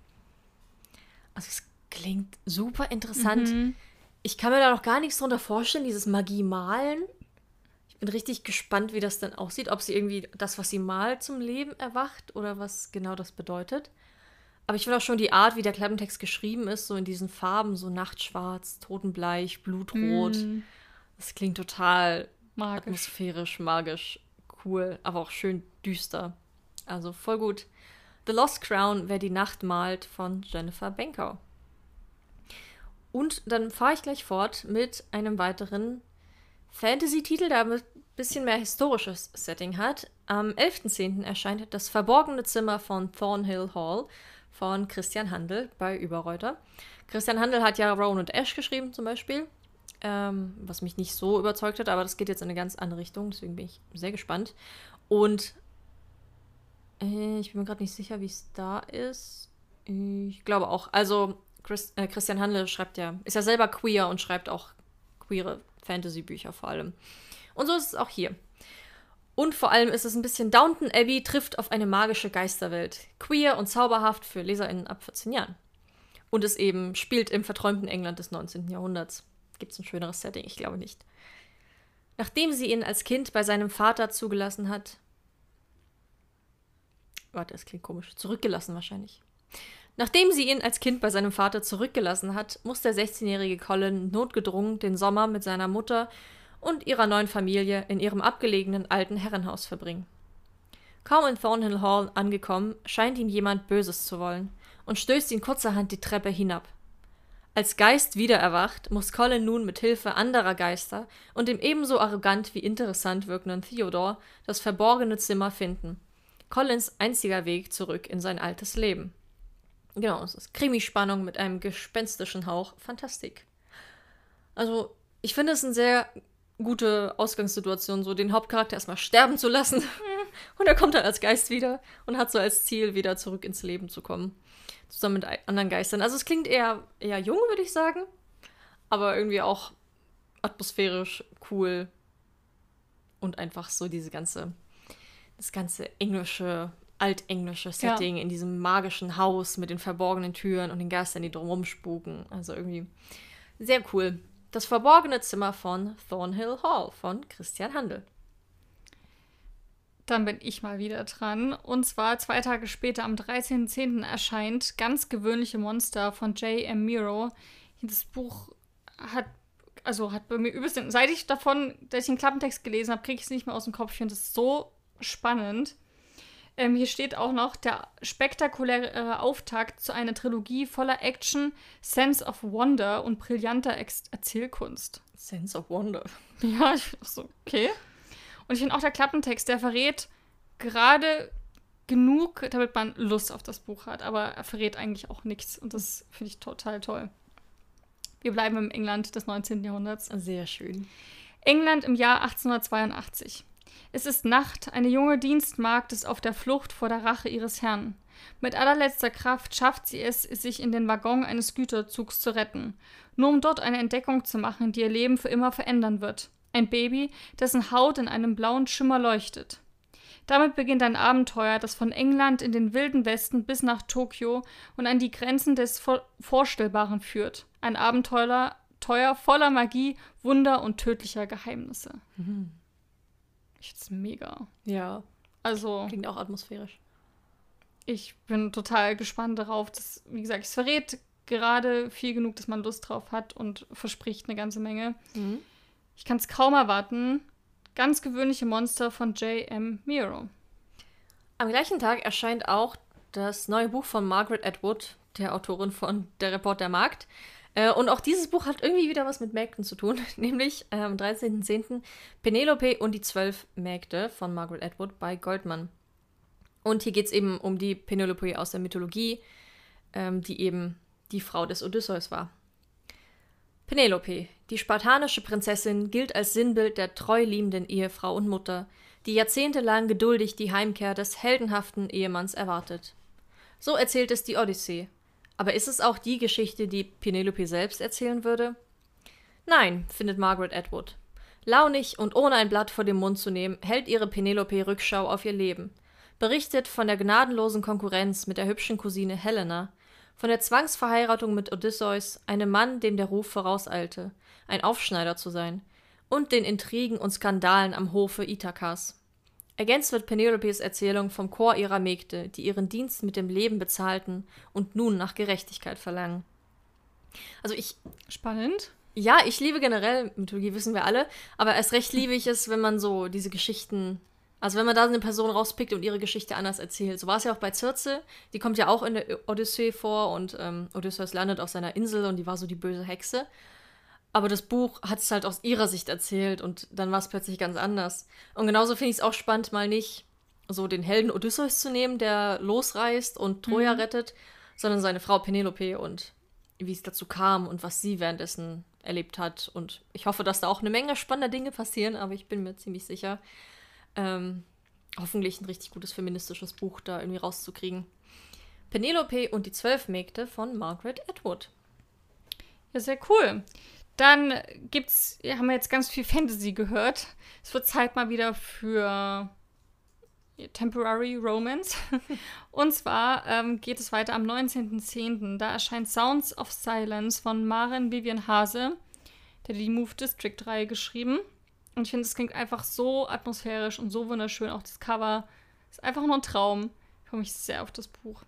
Also es klingt super interessant. Ich kann mir da noch gar nichts drunter vorstellen, dieses Magie-Malen. Ich bin richtig gespannt, wie das dann aussieht, ob sie irgendwie das, was sie malt, zum Leben erwacht oder was genau das bedeutet. Aber ich finde auch schon die Art, wie der Klappentext geschrieben ist, so in diesen Farben, so Nachtschwarz, Totenbleich, Blutrot. Das klingt total atmosphärisch, magisch, cool, aber auch schön düster. Also voll gut. The Lost Crown, wer die Nacht malt, von Jennifer Benkau. Und dann fahre ich gleich fort mit einem weiteren Fantasy-Titel, der ein bisschen mehr historisches Setting hat. Am 11.10. erscheint Das verborgene Zimmer von Thornhill Hall von Christian Handel bei Überreuter. Christian Handel hat ja Rowan und Ash geschrieben zum Beispiel. Was mich nicht so überzeugt hat, aber das geht jetzt in eine ganz andere Richtung, deswegen bin ich sehr gespannt. Und ich bin mir gerade nicht sicher, wie es da ist. Ich glaube auch. Also Christian Handel ist ja selber queer und schreibt auch queere Fantasy-Bücher vor allem. Und so ist es auch hier. Und vor allem ist es ein bisschen Downton Abbey trifft auf eine magische Geisterwelt. Queer und zauberhaft für LeserInnen ab 14 Jahren. Und es eben spielt im verträumten England des 19. Jahrhunderts. Gibt es ein schöneres Setting? Ich glaube nicht. Nachdem sie ihn als Kind bei seinem Vater zugelassen hat, warte, es klingt komisch, zurückgelassen wahrscheinlich. Nachdem sie ihn als Kind bei seinem Vater zurückgelassen hat, muss der 16-jährige Colin notgedrungen den Sommer mit seiner Mutter und ihrer neuen Familie in ihrem abgelegenen alten Herrenhaus verbringen. Kaum in Thornhill Hall angekommen, scheint ihm jemand Böses zu wollen und stößt ihn kurzerhand die Treppe hinab. Als Geist wiedererwacht, muss Colin nun mit Hilfe anderer Geister und dem ebenso arrogant wie interessant wirkenden Theodore das verborgene Zimmer finden. Colins einziger Weg zurück in sein altes Leben. Genau, es ist Krimispannung mit einem gespenstischen Hauch. Fantastik. Also, ich finde es eine sehr gute Ausgangssituation, so den Hauptcharakter erstmal sterben zu lassen. Und er kommt dann als Geist wieder und hat so als Ziel, wieder zurück ins Leben zu kommen. Zusammen mit anderen Geistern. Also es klingt eher jung, würde ich sagen. Aber irgendwie auch atmosphärisch cool. Und einfach so das ganze altenglische Setting in diesem magischen Haus mit den verborgenen Türen und den Geistern, die drumherum spuken. Also irgendwie sehr cool. Das verborgene Zimmer von Thornhill Hall von Christian Handel. Dann bin ich mal wieder dran. Und zwar 2 Tage später, am 13.10. erscheint Ganz gewöhnliche Monster von J.M. Miro. Das Buch hat bei mir übelst... Seit ich den Klappentext gelesen habe, kriege ich es nicht mehr aus dem Kopf. Ich finde es so spannend. Hier steht auch noch der spektakuläre Auftakt zu einer Trilogie voller Action, Sense of Wonder und brillanter Erzählkunst. Sense of Wonder. Ja, ich finde so, okay. Und ich finde auch der Klappentext, der verrät gerade genug, damit man Lust auf das Buch hat. Aber er verrät eigentlich auch nichts. Und das finde ich total toll. Wir bleiben im England des 19. Jahrhunderts. Sehr schön. England im Jahr 1882. Es ist Nacht, eine junge Dienstmagd ist auf der Flucht vor der Rache ihres Herrn. Mit allerletzter Kraft schafft sie es, sich in den Waggon eines Güterzugs zu retten, nur um dort eine Entdeckung zu machen, die ihr Leben für immer verändern wird. Ein Baby, dessen Haut in einem blauen Schimmer leuchtet. Damit beginnt ein Abenteuer, das von England in den wilden Westen bis nach Tokio und an die Grenzen des Vorstellbaren führt. Ein Abenteuer voller Magie, Wunder und tödlicher Geheimnisse. Mhm. Ich find's mega. Ja. Also. Klingt auch atmosphärisch. Ich bin total gespannt darauf. Wie gesagt, es verrät gerade viel genug, dass man Lust drauf hat und verspricht eine ganze Menge. Mhm. Ich kann es kaum erwarten. Ganz gewöhnliche Monster von J.M. Miro. Am gleichen Tag erscheint auch das neue Buch von Margaret Atwood, der Autorin von Der Report der Magd. Und auch dieses Buch hat irgendwie wieder was mit Mägden zu tun, nämlich am 13.10. Penelope und die 12 Mägde von Margaret Atwood bei Goldman. Und hier geht es eben um die Penelope aus der Mythologie, die eben die Frau des Odysseus war. Penelope, die spartanische Prinzessin, gilt als Sinnbild der treu liebenden Ehefrau und Mutter, die jahrzehntelang geduldig die Heimkehr des heldenhaften Ehemanns erwartet. So erzählt es die Odyssee. Aber ist es auch die Geschichte, die Penelope selbst erzählen würde? Nein, findet Margaret Atwood. Launig und ohne ein Blatt vor den Mund zu nehmen, hält ihre Penelope Rückschau auf ihr Leben. Berichtet von der gnadenlosen Konkurrenz mit der hübschen Cousine Helena, von der Zwangsverheiratung mit Odysseus, einem Mann, dem der Ruf vorauseilte, ein Aufschneider zu sein, und den Intrigen und Skandalen am Hofe Ithakas. Ergänzt wird Penelopes Erzählung vom Chor ihrer Mägde, die ihren Dienst mit dem Leben bezahlten und nun nach Gerechtigkeit verlangen. Also Spannend. Ja, ich liebe generell Mythologie, wissen wir alle, aber erst recht liebe ich es, wenn man so diese Geschichten, also wenn man da eine Person rauspickt und ihre Geschichte anders erzählt. So war es ja auch bei Circe, die kommt ja auch in der Odyssee vor und Odysseus landet auf seiner Insel und die war so die böse Hexe. Aber das Buch hat es halt aus ihrer Sicht erzählt und dann war es plötzlich ganz anders. Und genauso finde ich es auch spannend, mal nicht so den Helden Odysseus zu nehmen, der losreist und Troja rettet, sondern seine Frau Penelope und wie es dazu kam und was sie währenddessen erlebt hat. Und ich hoffe, dass da auch eine Menge spannender Dinge passieren, aber ich bin mir ziemlich sicher, hoffentlich ein richtig gutes feministisches Buch da irgendwie rauszukriegen. Penelope und die 12 Mägde von Margaret Atwood. Ja, sehr cool. Dann haben wir jetzt ganz viel Fantasy gehört. Es wird Zeit mal wieder für Temporary Romance. Und zwar geht es weiter am 19.10. Da erscheint Sounds of Silence von Maren Vivian Hase. Der hat die Move District Reihe geschrieben. Und ich finde, es klingt einfach so atmosphärisch und so wunderschön. Auch das Cover ist einfach nur ein Traum. Ich freue mich sehr auf das Buch.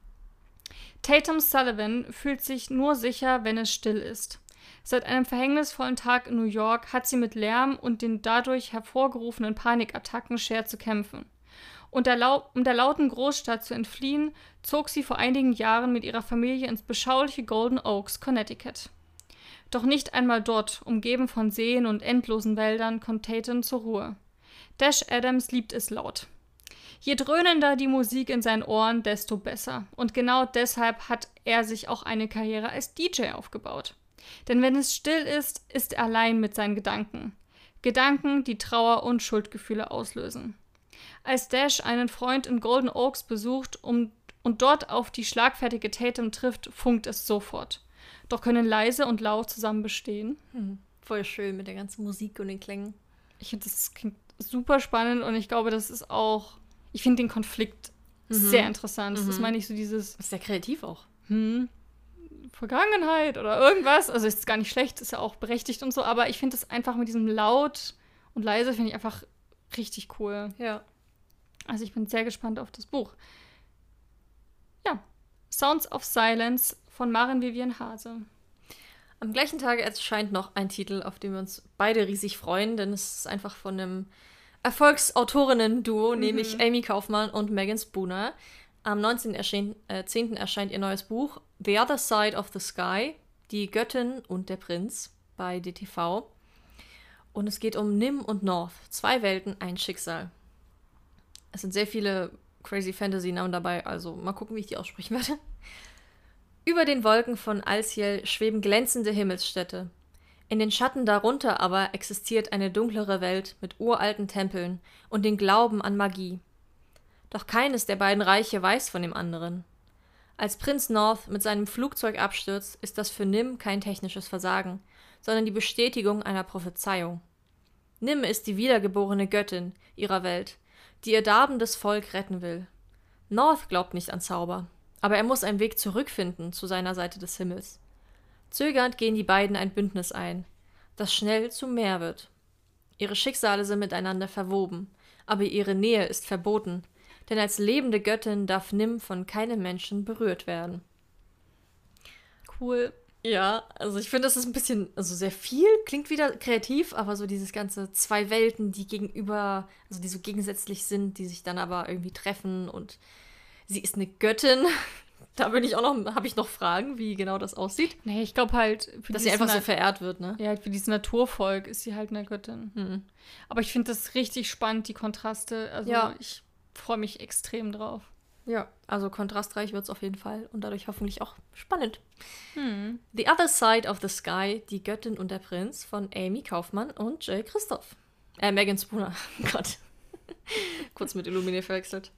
Tatum Sullivan fühlt sich nur sicher, wenn es still ist. Seit einem verhängnisvollen Tag in New York hat sie mit Lärm und den dadurch hervorgerufenen Panikattacken schwer zu kämpfen. Um der lauten Großstadt zu entfliehen, zog sie vor einigen Jahren mit ihrer Familie ins beschauliche Golden Oaks, Connecticut. Doch nicht einmal dort, umgeben von Seen und endlosen Wäldern, kommt Tatum zur Ruhe. Dash Adams liebt es laut. Je dröhnender die Musik in seinen Ohren, desto besser. Und genau deshalb hat er sich auch eine Karriere als DJ aufgebaut. Denn wenn es still ist, ist er allein mit seinen Gedanken. Gedanken, die Trauer und Schuldgefühle auslösen. Als Dash einen Freund in Golden Oaks besucht und dort auf die schlagfertige Tatum trifft, funkt es sofort. Doch können leise und laut zusammen bestehen. Voll schön mit der ganzen Musik und den Klängen. Ich finde, das klingt super spannend und ich glaube, das ist auch, ich finde den Konflikt sehr interessant. Das meine ich so dieses... Das ist sehr kreativ auch. Vergangenheit oder irgendwas. Also ist gar nicht schlecht, ist ja auch berechtigt und so, aber ich finde das einfach mit diesem laut und leise finde ich einfach richtig cool. Ja. Also ich bin sehr gespannt auf das Buch. Ja, Sounds of Silence von Maren Vivian Hase. Am gleichen Tag erscheint noch ein Titel, auf den wir uns beide riesig freuen, denn es ist einfach von einem Erfolgsautorinnen-Duo, nämlich Amy Kaufman und Megan Spooner. Am 19.10. erscheint ihr neues Buch The Other Side of the Sky, die Göttin und der Prinz bei DTV. Und es geht um Nim und North, 2 Welten, ein Schicksal. Es sind sehr viele crazy Fantasy-Namen dabei, also mal gucken, wie ich die aussprechen werde. Über den Wolken von Alciel schweben glänzende Himmelsstädte. In den Schatten darunter aber existiert eine dunklere Welt mit uralten Tempeln und den Glauben an Magie. Doch keines der beiden Reiche weiß von dem anderen. Als Prinz North mit seinem Flugzeug abstürzt, ist das für Nim kein technisches Versagen, sondern die Bestätigung einer Prophezeiung. Nim ist die wiedergeborene Göttin ihrer Welt, die ihr darbendes Volk retten will. North glaubt nicht an Zauber, aber er muss einen Weg zurückfinden zu seiner Seite des Himmels. Zögernd gehen die beiden ein Bündnis ein, das schnell zu mehr wird. Ihre Schicksale sind miteinander verwoben, aber ihre Nähe ist verboten, denn als lebende Göttin darf Nim von keinem Menschen berührt werden. Cool. Ja, also ich finde, das ist ein bisschen, also sehr viel, klingt wieder kreativ, aber so dieses ganze 2 Welten, die gegenüber, also die so gegensätzlich sind, die sich dann aber irgendwie treffen und sie ist eine Göttin. Da habe ich noch Fragen, wie genau das aussieht. Nee, ich glaube halt, dass sie einfach so verehrt wird, ne? Ja, für dieses Naturvolk ist sie halt eine Göttin. Aber ich finde das richtig spannend, die Kontraste. Also ich freue mich extrem drauf. Ja, also kontrastreich wird es auf jeden Fall und dadurch hoffentlich auch spannend. The Other Side of the Sky, die Göttin und der Prinz von Amy Kaufman und Jay Christoph. Megan Spooner. Gott. Kurz mit Illuminae verwechselt.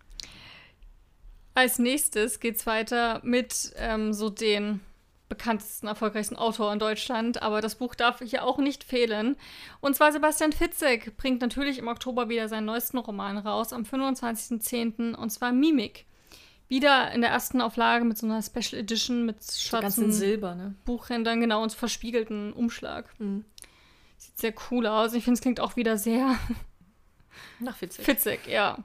Als nächstes geht's weiter mit so den bekanntesten, erfolgreichsten Autor in Deutschland. Aber das Buch darf hier auch nicht fehlen. Und zwar Sebastian Fitzek bringt natürlich im Oktober wieder seinen neuesten Roman raus, am 25.10. Und zwar Mimik. Wieder in der ersten Auflage mit so einer Special Edition mit schwarzen Silber, ne? Buchrändern, genau, und verspiegelten Umschlag. Sieht sehr cool aus. Ich finde, es klingt auch wieder sehr nach Fitzek. Fitzek, ja.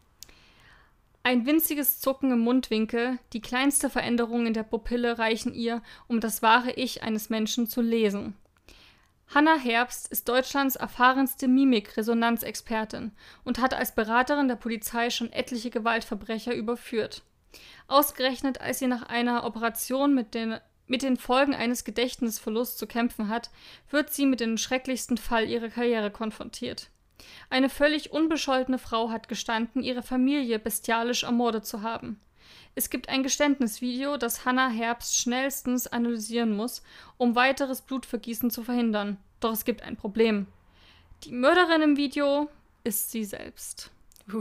Ein winziges Zucken im Mundwinkel, die kleinste Veränderung in der Pupille reichen ihr, um das wahre Ich eines Menschen zu lesen. Hannah Herbst ist Deutschlands erfahrenste Mimik-Resonanzexpertin und hat als Beraterin der Polizei schon etliche Gewaltverbrecher überführt. Ausgerechnet, als sie nach einer Operation mit den Folgen eines Gedächtnisverlusts zu kämpfen hat, wird sie mit dem schrecklichsten Fall ihrer Karriere konfrontiert. Eine völlig unbescholtene Frau hat gestanden, ihre Familie bestialisch ermordet zu haben. Es gibt ein Geständnisvideo, das Hannah Herbst schnellstens analysieren muss, um weiteres Blutvergießen zu verhindern. Doch es gibt ein Problem. Die Mörderin im Video ist sie selbst.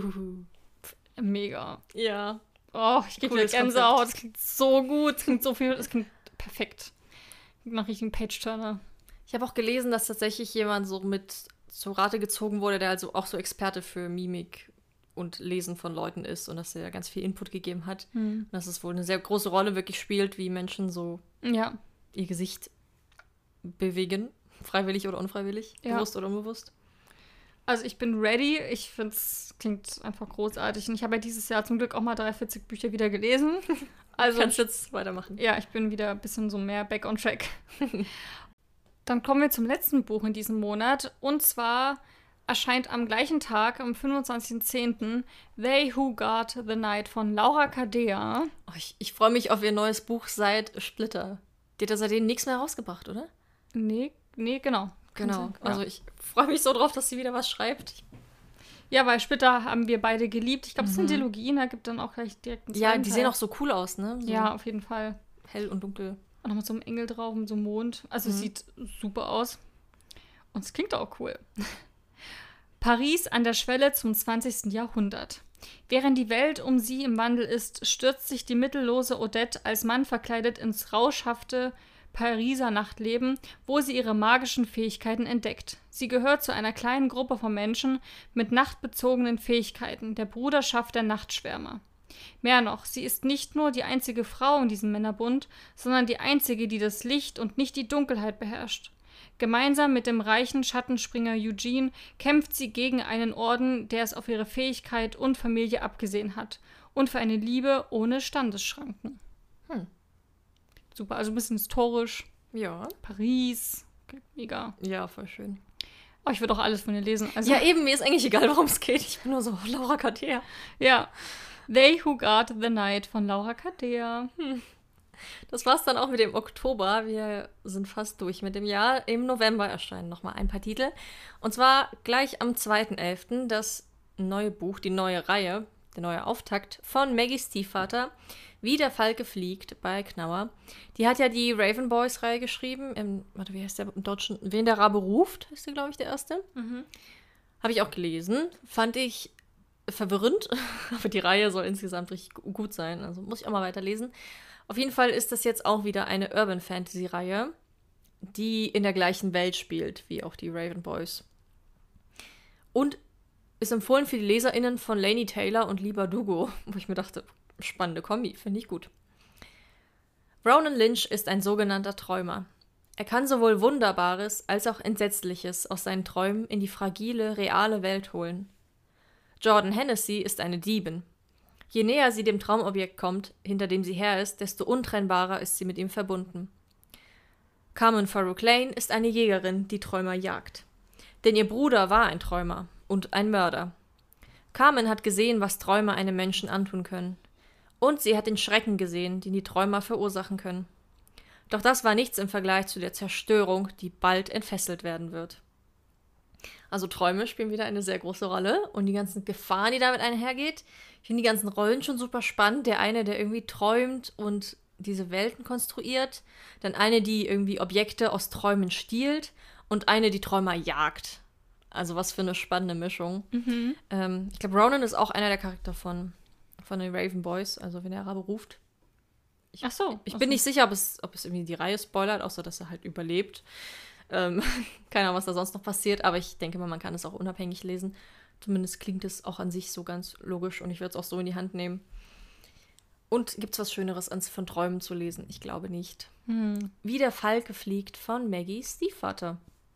Mega. Ja. Oh, ich kriege Gänsehaut. Es klingt so gut. Es klingt so viel. Es klingt perfekt. Klingt nach richtigen Page-Turner. Ich habe auch gelesen, dass tatsächlich jemand so mit zur Rate gezogen wurde, der also auch so Experte für Mimik und Lesen von Leuten ist und dass er ganz viel Input gegeben hat. Und dass es wohl eine sehr große Rolle wirklich spielt, wie Menschen so ihr Gesicht bewegen, freiwillig oder unfreiwillig, bewusst oder unbewusst. Also ich bin ready. Ich finde es klingt einfach großartig. Und ich habe ja dieses Jahr zum Glück auch mal 43 Bücher wieder gelesen. Also kannst jetzt weitermachen. Ja, ich bin wieder ein bisschen so mehr back on track. Dann kommen wir zum letzten Buch in diesem Monat. Und zwar erscheint am gleichen Tag, am 25.10., They Who Guard the Night von Laura Cadea. Oh, ich freue mich auf ihr neues Buch seit Splitter. Die hat ja seitdem nichts mehr rausgebracht, oder? Nee, genau. Genau. Also ich freue mich so drauf, dass sie wieder was schreibt. Ja, weil Splitter haben wir beide geliebt. Ich glaube, es sind Dilogien, da gibt dann auch gleich direkt einen Ja, zweiten die Teil. sehen auch so cool aus, ne? So ja, auf jeden Fall. hell und dunkel. Und noch mit so einem Engel drauf und so einem Mond. Also es sieht super aus. Und es klingt auch cool. Paris an der Schwelle zum 20. Jahrhundert. Während die Welt um sie im Wandel ist, stürzt sich die mittellose Odette als Mann verkleidet ins rauschhafte Pariser Nachtleben, wo sie ihre magischen Fähigkeiten entdeckt. Sie gehört zu einer kleinen Gruppe von Menschen mit nachtbezogenen Fähigkeiten, der Bruderschaft der Nachtschwärmer. Mehr noch, sie ist nicht nur die einzige Frau in diesem Männerbund, sondern die einzige, die das Licht und nicht die Dunkelheit beherrscht. Gemeinsam mit dem reichen Schattenspringer Eugene kämpft sie gegen einen Orden, der es auf ihre Fähigkeit und Familie abgesehen hat, und für eine Liebe ohne Standesschranken. Super, also ein bisschen historisch. Ja. Paris, mega. Ja, voll schön. Aber ich würde auch alles von ihr lesen. Also, Ja, eben, mir ist eigentlich egal, worum es geht. Ich bin nur so, Laura Cadea. ja. They Who Guard the Night von Laura Cadea. Das war's dann auch mit dem Oktober. Wir sind fast durch mit dem Jahr. Im November erscheinen nochmal ein paar Titel. Und zwar gleich am 2.11. das neue Buch, die neue Reihe, der neue Auftakt von Maggies Stiefvater, Wie der Falke fliegt bei Knauer. Die hat ja die Raven Boys-Reihe geschrieben. Wie heißt der im Deutschen? Wen der Rabe ruft, ist der, glaube ich, der erste. Habe ich auch gelesen. Fand ich verwirrend, aber die Reihe soll insgesamt richtig gut sein. Also muss ich auch mal weiterlesen. Auf jeden Fall ist das jetzt auch wieder eine Urban Fantasy-Reihe, die in der gleichen Welt spielt, wie auch die Raven Boys. Und ist empfohlen für die LeserInnen von Laini Taylor und Lee Bardugo, wo ich mir dachte, spannende Kombi, finde ich gut. Ronan Lynch ist ein sogenannter Träumer. Er kann sowohl Wunderbares als auch Entsetzliches aus seinen Träumen in die fragile, reale Welt holen. Jordan Hennessy ist eine Diebin. Je näher sie dem Traumobjekt kommt, hinter dem sie her ist, desto untrennbarer ist sie mit ihm verbunden. Carmen Farouk Lane ist eine Jägerin, die Träumer jagt. Denn ihr Bruder war ein Träumer und ein Mörder. Carmen hat gesehen, was Träume einem Menschen antun können. Und sie hat den Schrecken gesehen, den die Träumer verursachen können. Doch das war nichts im Vergleich zu der Zerstörung, die bald entfesselt werden wird. Also Träume spielen wieder eine sehr große Rolle und die ganzen Gefahren, die damit einhergeht. Ich finde die ganzen Rollen schon super spannend. Der eine, der irgendwie träumt und diese Welten konstruiert. Dann eine, die irgendwie Objekte aus Träumen stiehlt. Und eine, die Träumer jagt. Also was für eine spannende Mischung. Ich glaube, Ronan ist auch einer der Charakter von den Raven Boys. Also wenn der Rabe ruft. Ich bin nicht sicher, ob es irgendwie die Reihe spoilert, außer dass er halt überlebt. Keine Ahnung, was da sonst noch passiert, aber ich denke mal, man kann es auch unabhängig lesen. Zumindest klingt es auch an sich so ganz logisch und ich würde es auch so in die Hand nehmen. Und gibt es was Schöneres, als von Träumen zu lesen? Ich glaube nicht. Wie der Falke fliegt von Maggies Stiefvater.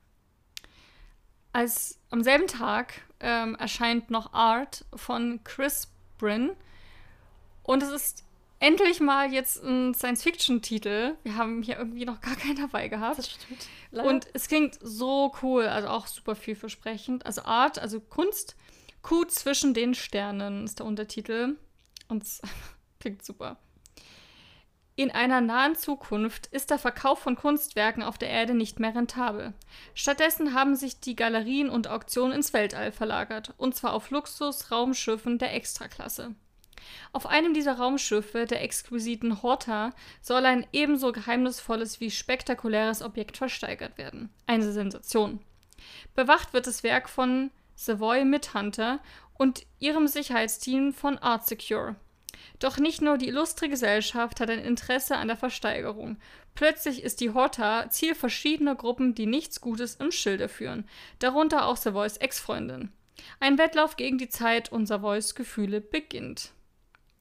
Am selben Tag erscheint noch Art von Chris Bryn. Und es ist endlich mal jetzt ein Science-Fiction-Titel. Wir haben hier irgendwie noch gar keinen dabei gehabt. Das stimmt. Leider. Und es klingt so cool, also auch super vielversprechend. Also Art, also Kunst, Kuh zwischen den Sternen ist der Untertitel. Und es klingt super. In einer nahen Zukunft ist der Verkauf von Kunstwerken auf der Erde nicht mehr rentabel. Stattdessen haben sich die Galerien und Auktionen ins Weltall verlagert. Und zwar auf Luxus-Raumschiffen der Extraklasse. Auf einem dieser Raumschiffe, der exquisiten Horta, soll ein ebenso geheimnisvolles wie spektakuläres Objekt versteigert werden. Eine Sensation. Bewacht wird das Werk von Savoy Midhunter und ihrem Sicherheitsteam von Art Secure. Doch nicht nur die illustre Gesellschaft hat ein Interesse an der Versteigerung. Plötzlich ist die Horta Ziel verschiedener Gruppen, die nichts Gutes im Schilde führen, darunter auch Savoys Ex-Freundin. Ein Wettlauf gegen die Zeit und Savoys Gefühle beginnt.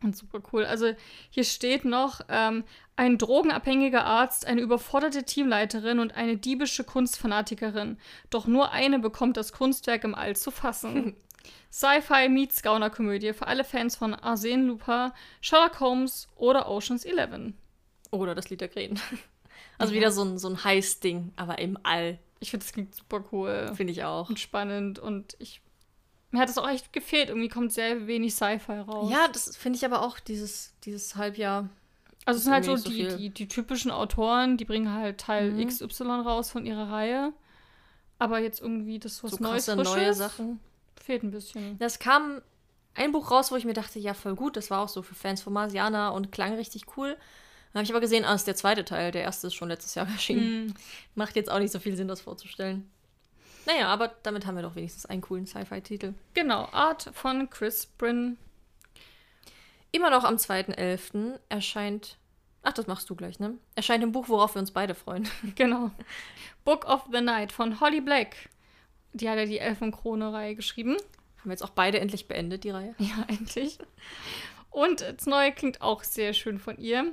Und super cool. Also hier steht noch, ein drogenabhängiger Arzt, eine überforderte Teamleiterin und eine diebische Kunstfanatikerin. Doch nur eine bekommt das Kunstwerk im All zu fassen. Sci-Fi meets Gaunerkomödie für alle Fans von Arsène Lupin, Sherlock Holmes oder Ocean's 11. Oder das Lied der Krähen. Also wieder so ein Heiß-Ding, aber im All. Ich finde, das klingt super cool. Finde ich auch. Und spannend und mir hat es auch echt gefehlt. Irgendwie kommt sehr wenig Sci-Fi raus. Ja, das finde ich aber auch, dieses Halbjahr. Also es sind halt so irgendwie die typischen Autoren, die bringen halt Teil XY raus von ihrer Reihe. Aber jetzt irgendwie das was so Neues, krasse neue Sachen. Fehlt ein bisschen. Das kam ein Buch raus, wo ich mir dachte, ja, voll gut. Das war auch so für Fans von Marsiana und klang richtig cool. Dann habe ich aber gesehen, ist der zweite Teil. Der erste ist schon letztes Jahr erschienen. Macht jetzt auch nicht so viel Sinn, das vorzustellen. Naja, aber damit haben wir doch wenigstens einen coolen Sci-Fi-Titel. Genau, Art von Chris Brinn. Immer noch am 2.11. erscheint, das machst du gleich, ne? Erscheint ein Buch, worauf wir uns beide freuen. Genau. Book of the Night von Holly Black. Die hat ja die Elfenkrone-Reihe geschrieben. Haben wir jetzt auch beide endlich beendet, die Reihe? Ja, endlich. Und das Neue klingt auch sehr schön von ihr.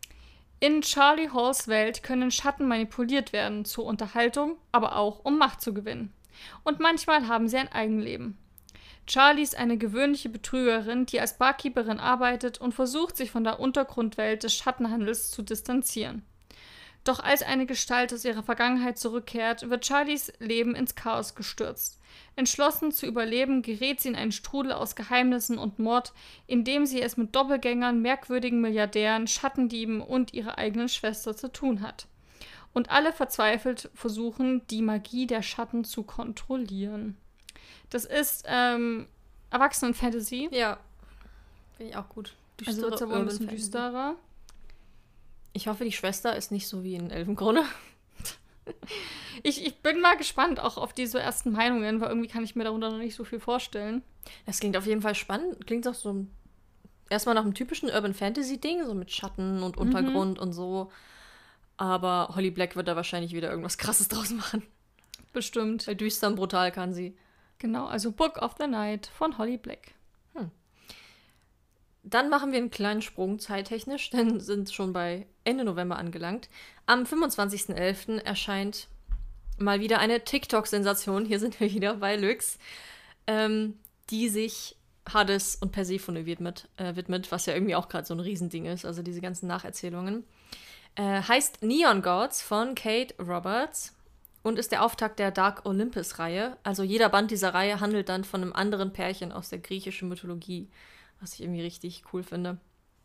In Charlie Halls Welt können Schatten manipuliert werden zur Unterhaltung, aber auch um Macht zu gewinnen. Und manchmal haben sie ein Eigenleben. Charlie ist eine gewöhnliche Betrügerin, die als Barkeeperin arbeitet und versucht, sich von der Untergrundwelt des Schattenhandels zu distanzieren. Doch als eine Gestalt aus ihrer Vergangenheit zurückkehrt, wird Charlies Leben ins Chaos gestürzt. Entschlossen zu überleben, gerät sie in einen Strudel aus Geheimnissen und Mord, in dem sie es mit Doppelgängern, merkwürdigen Milliardären, Schattendieben und ihrer eigenen Schwester zu tun hat. Und alle verzweifelt versuchen, die Magie der Schatten zu kontrollieren. Das ist Erwachsenen-Fantasy. Ja, finde ich auch gut. Also wird es aber ein bisschen düsterer. Ich hoffe, die Schwester ist nicht so wie in Elfenkrone. Ich bin mal gespannt auch auf diese ersten Meinungen, weil irgendwie kann ich mir darunter noch nicht so viel vorstellen. Das klingt auf jeden Fall spannend. Klingt auch so erstmal nach einem typischen Urban Fantasy-Ding, so mit Schatten und Untergrund und so. Aber Holly Black wird da wahrscheinlich wieder irgendwas Krasses draus machen. Bestimmt. Weil düster und brutal kann sie. Genau, also Book of the Night von Holly Black. Dann machen wir einen kleinen Sprung zeittechnisch, denn sind schon bei Ende November angelangt. Am 25.11. erscheint mal wieder eine TikTok-Sensation, hier sind wir wieder bei Lux, die sich Hades und Persephone widmet, was ja irgendwie auch gerade so ein Riesending ist, also diese ganzen Nacherzählungen. Heißt Neon Gods von Kate Roberts und ist der Auftakt der Dark Olympus-Reihe. Also jeder Band dieser Reihe handelt dann von einem anderen Pärchen aus der griechischen Mythologie, was ich irgendwie richtig cool finde.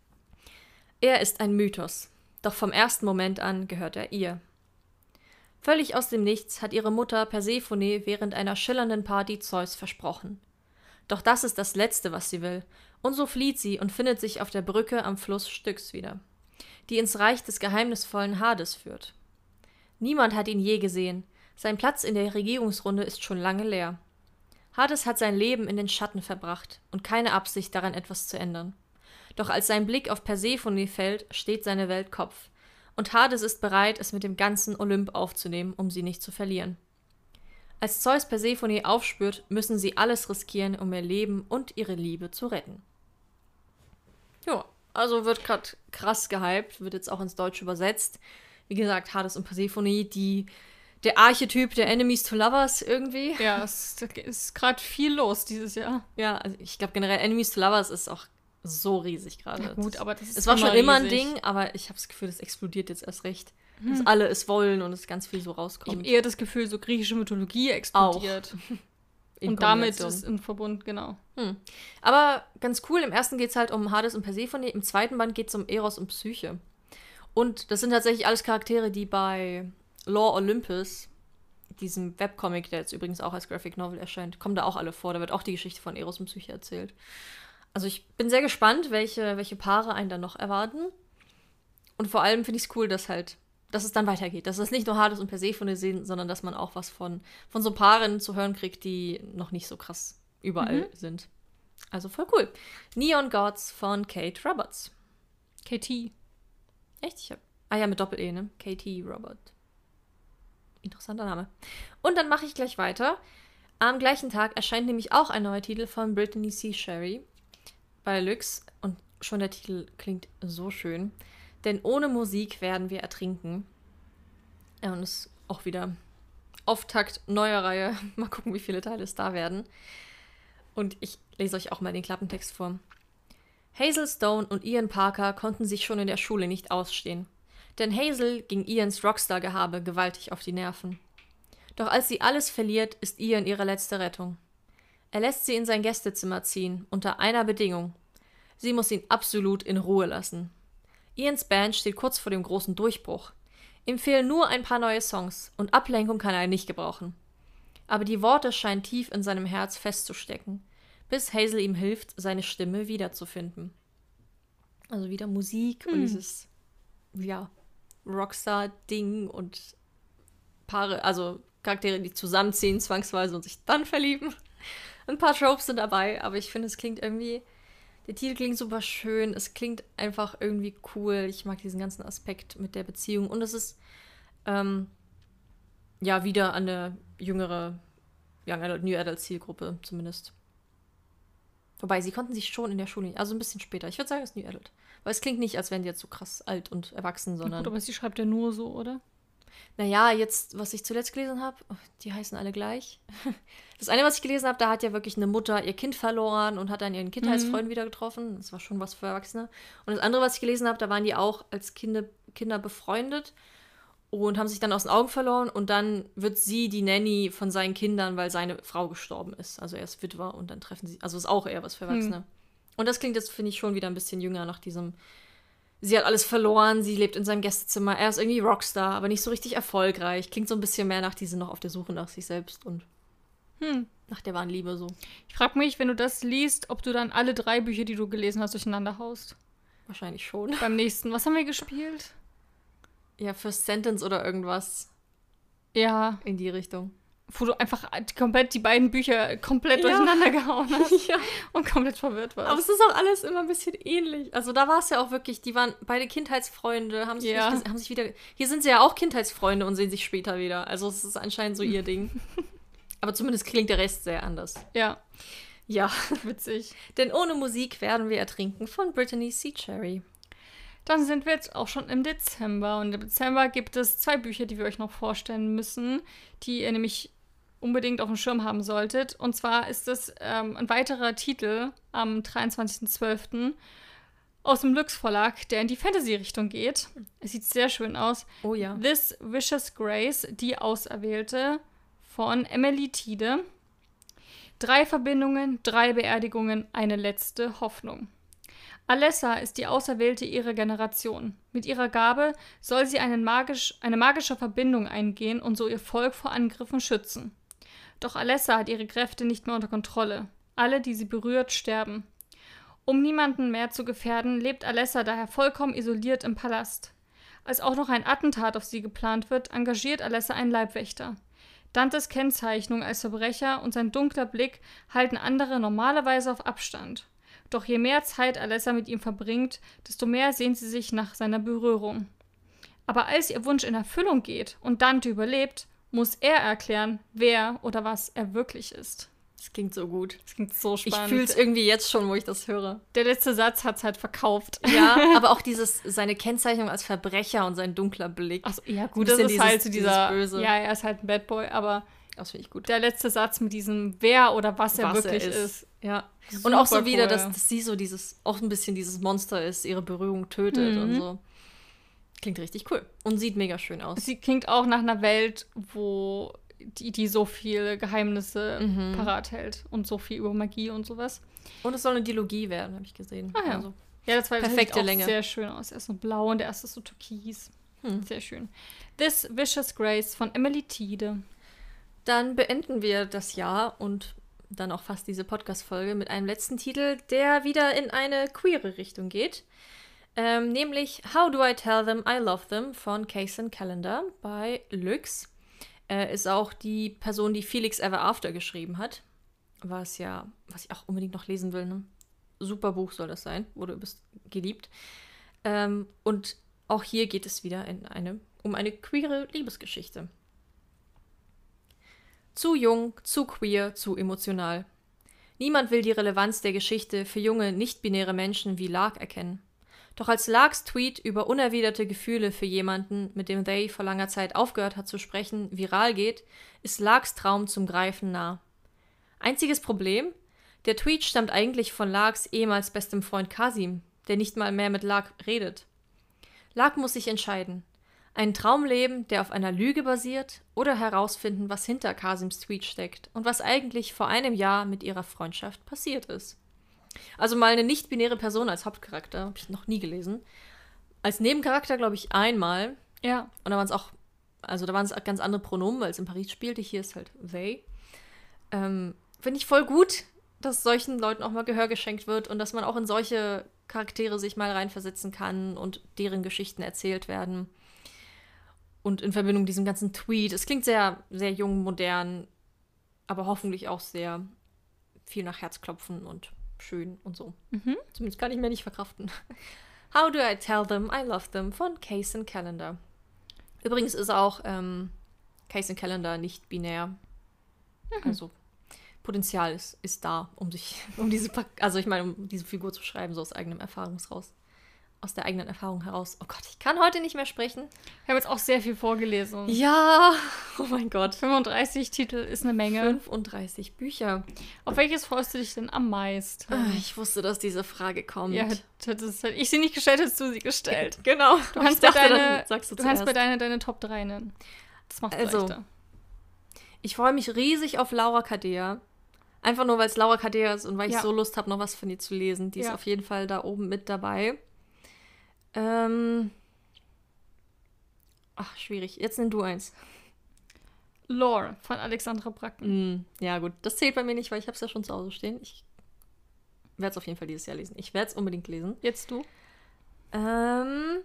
Er ist ein Mythos, doch vom ersten Moment an gehört er ihr. Völlig aus dem Nichts hat ihre Mutter Persephone während einer schillernden Party Zeus versprochen. Doch das ist das Letzte, was sie will, und so flieht sie und findet sich auf der Brücke am Fluss Styx wieder, die ins Reich des geheimnisvollen Hades führt. Niemand hat ihn je gesehen, sein Platz in der Regierungsrunde ist schon lange leer. Hades hat sein Leben in den Schatten verbracht und keine Absicht daran, etwas zu ändern. Doch als sein Blick auf Persephone fällt, steht seine Welt Kopf. Und Hades ist bereit, es mit dem ganzen Olymp aufzunehmen, um sie nicht zu verlieren. Als Zeus Persephone aufspürt, müssen sie alles riskieren, um ihr Leben und ihre Liebe zu retten. Ja, also wird gerade krass gehypt, wird jetzt auch ins Deutsche übersetzt. Wie gesagt, Hades und Persephone, der Archetyp der Enemies to Lovers irgendwie. Ja, es ist gerade viel los dieses Jahr. Ja, also ich glaube generell Enemies to Lovers ist auch so riesig gerade. Ja gut, aber das ist es war schon immer ein riesig. Ding, aber ich habe das Gefühl, das explodiert jetzt erst recht. Dass alle es wollen und es ganz viel so Ich rauskommt. habe eher das Gefühl, so griechische Mythologie explodiert. In Und damit Kombination. ist in Verbund, genau. Aber ganz cool, im ersten geht es halt um Hades und Persephone, im zweiten Band geht es um Eros und Psyche. Und das sind tatsächlich alles Charaktere, die bei Lore Olympus, diesem Webcomic, der jetzt übrigens auch als Graphic Novel erscheint, kommen da auch alle vor. Da wird auch die Geschichte von Eros und Psyche erzählt. Also ich bin sehr gespannt, welche Paare einen dann noch erwarten. Und vor allem finde ich es cool, dass es dann weitergeht. Dass es nicht nur Hades und Persephone sind, sondern dass man auch was von so Paaren zu hören kriegt, die noch nicht so krass überall sind. Also voll cool. Neon Gods von Kate Roberts. KT. Echt? Ja, mit Doppel-E, ne? KT Robert. Interessanter Name. Und dann mache ich gleich weiter. Am gleichen Tag erscheint nämlich auch ein neuer Titel von Brittany C. Sherry bei Lux. Und Schon der Titel klingt so schön. Denn ohne Musik werden wir ertrinken. Ja, und es ist auch wieder Auftakt neuer Reihe. Mal gucken, wie viele Teile es da werden. Und ich lese euch auch mal den Klappentext vor. Hazel Stone und Ian Parker konnten sich schon in der Schule nicht ausstehen. Denn Hazel ging Ians Rockstar-Gehabe gewaltig auf die Nerven. Doch als sie alles verliert, ist Ian ihre letzte Rettung. Er lässt sie in sein Gästezimmer ziehen, unter einer Bedingung. Sie muss ihn absolut in Ruhe lassen. Ians Band steht kurz vor dem großen Durchbruch. Ihm fehlen nur ein paar neue Songs und Ablenkung kann er nicht gebrauchen. Aber die Worte scheinen tief in seinem Herz festzustecken, bis Hazel ihm hilft, seine Stimme wiederzufinden. Also wieder Musik und dieses, ja, Rockstar-Ding und Paare, also Charaktere, die zusammenziehen zwangsweise und sich dann verlieben. Ein paar Tropes sind dabei, aber ich finde, es klingt irgendwie, der Titel klingt super schön, es klingt einfach irgendwie cool. Ich mag diesen ganzen Aspekt mit der Beziehung und es ist, ja, wieder an eine jüngere, Young Adult, New Adult Zielgruppe zumindest. Wobei, sie konnten sich schon in der Schule, also ein bisschen später. Ich würde sagen, es ist New Adult. Weil es klingt nicht, als wären die jetzt so krass alt und erwachsen, sondern... Gut, aber sie schreibt ja nur so, oder? Naja, jetzt, was ich zuletzt gelesen habe, die heißen alle gleich. Das eine, was ich gelesen habe, da hat ja wirklich eine Mutter ihr Kind verloren und hat dann ihren Kindheitsfreund wieder getroffen. Das war schon was für Erwachsene. Und das andere, was ich gelesen habe, da waren die auch als Kinder befreundet und haben sich dann aus den Augen verloren. Und dann wird sie die Nanny von seinen Kindern, weil seine Frau gestorben ist. Also er ist Witwer und dann treffen sie, also ist auch eher was für Erwachsene. Und das klingt jetzt, finde ich, schon wieder ein bisschen jünger nach diesem... Sie hat alles verloren, sie lebt in seinem Gästezimmer. Er ist irgendwie Rockstar, aber nicht so richtig erfolgreich. Klingt so ein bisschen mehr nach, die sind noch auf der Suche nach sich selbst und nach der wahren Liebe so. Ich frage mich, wenn du das liest, ob du dann alle 3 Bücher, die du gelesen hast, durcheinander haust. Wahrscheinlich schon. Beim nächsten. Was haben wir gespielt? Ja, First Sentence oder irgendwas Ja, in die Richtung. wo du einfach komplett die beiden Bücher komplett durcheinander gehauen hast Ja. und komplett verwirrt warst. Aber es ist auch alles immer ein bisschen ähnlich. Also da war es ja auch wirklich, die waren beide Kindheitsfreunde, haben sich, Ja. haben sich wieder... Hier sind sie ja auch Kindheitsfreunde und sehen sich später wieder. Also es ist anscheinend so ihr Ding. Aber zumindest klingt der Rest sehr anders. Ja, Ja. witzig. Denn ohne Musik werden wir ertrinken von Brittany C. Cherry. Dann sind wir jetzt auch schon im Dezember. Und im Dezember gibt es 2 Bücher, die wir euch noch vorstellen müssen, die ihr nämlich unbedingt auf dem Schirm haben solltet. Und zwar ist es ein weiterer Titel am 23.12. aus dem Lux Verlag, der in die Fantasy-Richtung geht. Es sieht sehr schön aus. Oh ja. This Vicious Grace, die Auserwählte von Emily Tiede. 3 Verbindungen, 3 Beerdigungen, eine letzte Hoffnung. Alessa ist die Auserwählte ihrer Generation. Mit ihrer Gabe soll sie eine magische Verbindung eingehen und so ihr Volk vor Angriffen schützen. Doch Alessa hat ihre Kräfte nicht mehr unter Kontrolle. Alle, die sie berührt, sterben. Um niemanden mehr zu gefährden, lebt Alessa daher vollkommen isoliert im Palast. Als auch noch ein Attentat auf sie geplant wird, engagiert Alessa einen Leibwächter. Dantes Kennzeichnung als Verbrecher und sein dunkler Blick halten andere normalerweise auf Abstand. Doch je mehr Zeit Alessa mit ihm verbringt, desto mehr sehnt sie sich nach seiner Berührung. Aber als ihr Wunsch in Erfüllung geht und Dante überlebt, muss er erklären, wer oder was er wirklich ist. Das klingt so gut. Das klingt so spannend. Ich fühle es irgendwie jetzt schon, wo ich das höre. Der letzte Satz hat es halt verkauft. Ja, aber auch seine Kennzeichnung als Verbrecher und sein dunkler Blick. Achso, ja gut, So das ein ist bisschen halt so dieser, Böse. ja, er ist halt ein Bad Boy, aber Das finde ich gut. der letzte Satz mit diesem wer oder was er wirklich ist. Ja. Und Super auch so wieder, cool. dass sie so auch ein bisschen dieses Monster ist, ihre Berührung tötet und so. Klingt richtig cool. Und sieht mega schön aus. Sie klingt auch nach einer Welt, wo die so viele Geheimnisse parat hält und so viel über Magie und sowas. Und es soll eine Dilogie werden, habe ich gesehen. Ah ja. Also, Ja, das war perfekte auch Länge. sehr schön aus. Er ist so blau und der erste ist so türkis. Sehr schön. This Vicious Grace von Emily Tiede. dann beenden wir das Jahr und dann auch fast diese Podcast-Folge mit einem letzten Titel, der wieder in eine queere Richtung geht. Nämlich How Do I Tell Them I Love Them von Kaysen Callender bei Lux. Ist auch die Person, die Felix Ever After geschrieben hat. Was ich auch unbedingt noch lesen will. Ne? Super Buch soll das sein. Wurde übelst geliebt. Und auch hier geht es wieder um eine queere Liebesgeschichte. Zu jung, zu queer, zu emotional. Niemand will die Relevanz der Geschichte für junge, nicht-binäre Menschen wie Lark erkennen. Doch als Larks Tweet über unerwiderte Gefühle für jemanden, mit dem They vor langer Zeit aufgehört hat zu sprechen, viral geht, ist Larks Traum zum Greifen nah. Einziges Problem? Der Tweet stammt eigentlich von Larks ehemals bestem Freund Kasim, der nicht mal mehr mit Lark redet. Lark muss sich entscheiden. Einen Traum leben, der auf einer Lüge basiert, oder herausfinden, was hinter Kasims Tweet steckt und was eigentlich vor einem Jahr mit ihrer Freundschaft passiert ist. Also mal eine nicht-binäre Person als Hauptcharakter, habe ich noch nie gelesen. Als Nebencharakter, glaube ich, einmal. Ja. Und da waren es auch, also da waren es ganz andere Pronomen, weil es in Paris spielte. Hier ist halt they. Finde ich voll gut, dass solchen Leuten auch mal Gehör geschenkt wird und dass man auch in solche Charaktere sich mal reinversetzen kann und deren Geschichten erzählt werden. Und in Verbindung mit diesem ganzen Tweet. Es klingt sehr, sehr jung, modern, aber hoffentlich auch sehr viel nach Herzklopfen und schön und so. Zumindest kann ich mir nicht verkraften. How Do I Tell Them I Love Them von Case & Calendar. Übrigens ist auch Case & Calendar nicht binär. Also Potenzial ist da, um diese Figur zu schreiben, so aus eigenem aus der eigenen Erfahrung heraus. Oh Gott, ich kann heute nicht mehr sprechen. Wir haben jetzt auch sehr viel vorgelesen. Ja, oh mein Gott. 35 Titel ist eine Menge. 35 Bücher. Auf welches freust du dich denn am meisten? Ich wusste, dass diese Frage kommt. Ja, hätte ich sie nicht gestellt, hättest du sie gestellt. Genau. Du kannst mir deine Top 3 nennen. Das macht es leichter. Ich freue mich riesig auf Laura Cadea. Einfach nur, weil es Laura Cadea ist und weil ich so Lust habe, noch was von ihr zu lesen. Die ist auf jeden Fall da oben mit dabei. Schwierig. Jetzt nimm du eins. Lore von Alexandra Bracken. Ja, gut. Das zählt bei mir nicht, weil ich habe es ja schon zu Hause stehen. Ich werde es auf jeden Fall dieses Jahr lesen. Ich werde es unbedingt lesen. Jetzt du? Dann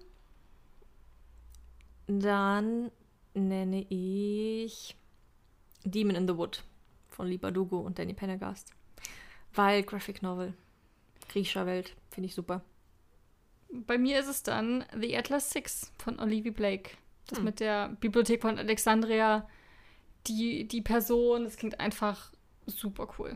nenne ich Demon in the Wood von Lee Bardugo und Danny Pendergast. Weil Graphic Novel. Griechischer Welt. Finde ich super. Bei mir ist es dann The Atlas Six von Olivia Blake. Das mit der Bibliothek von Alexandria. Die Person, das klingt einfach super cool.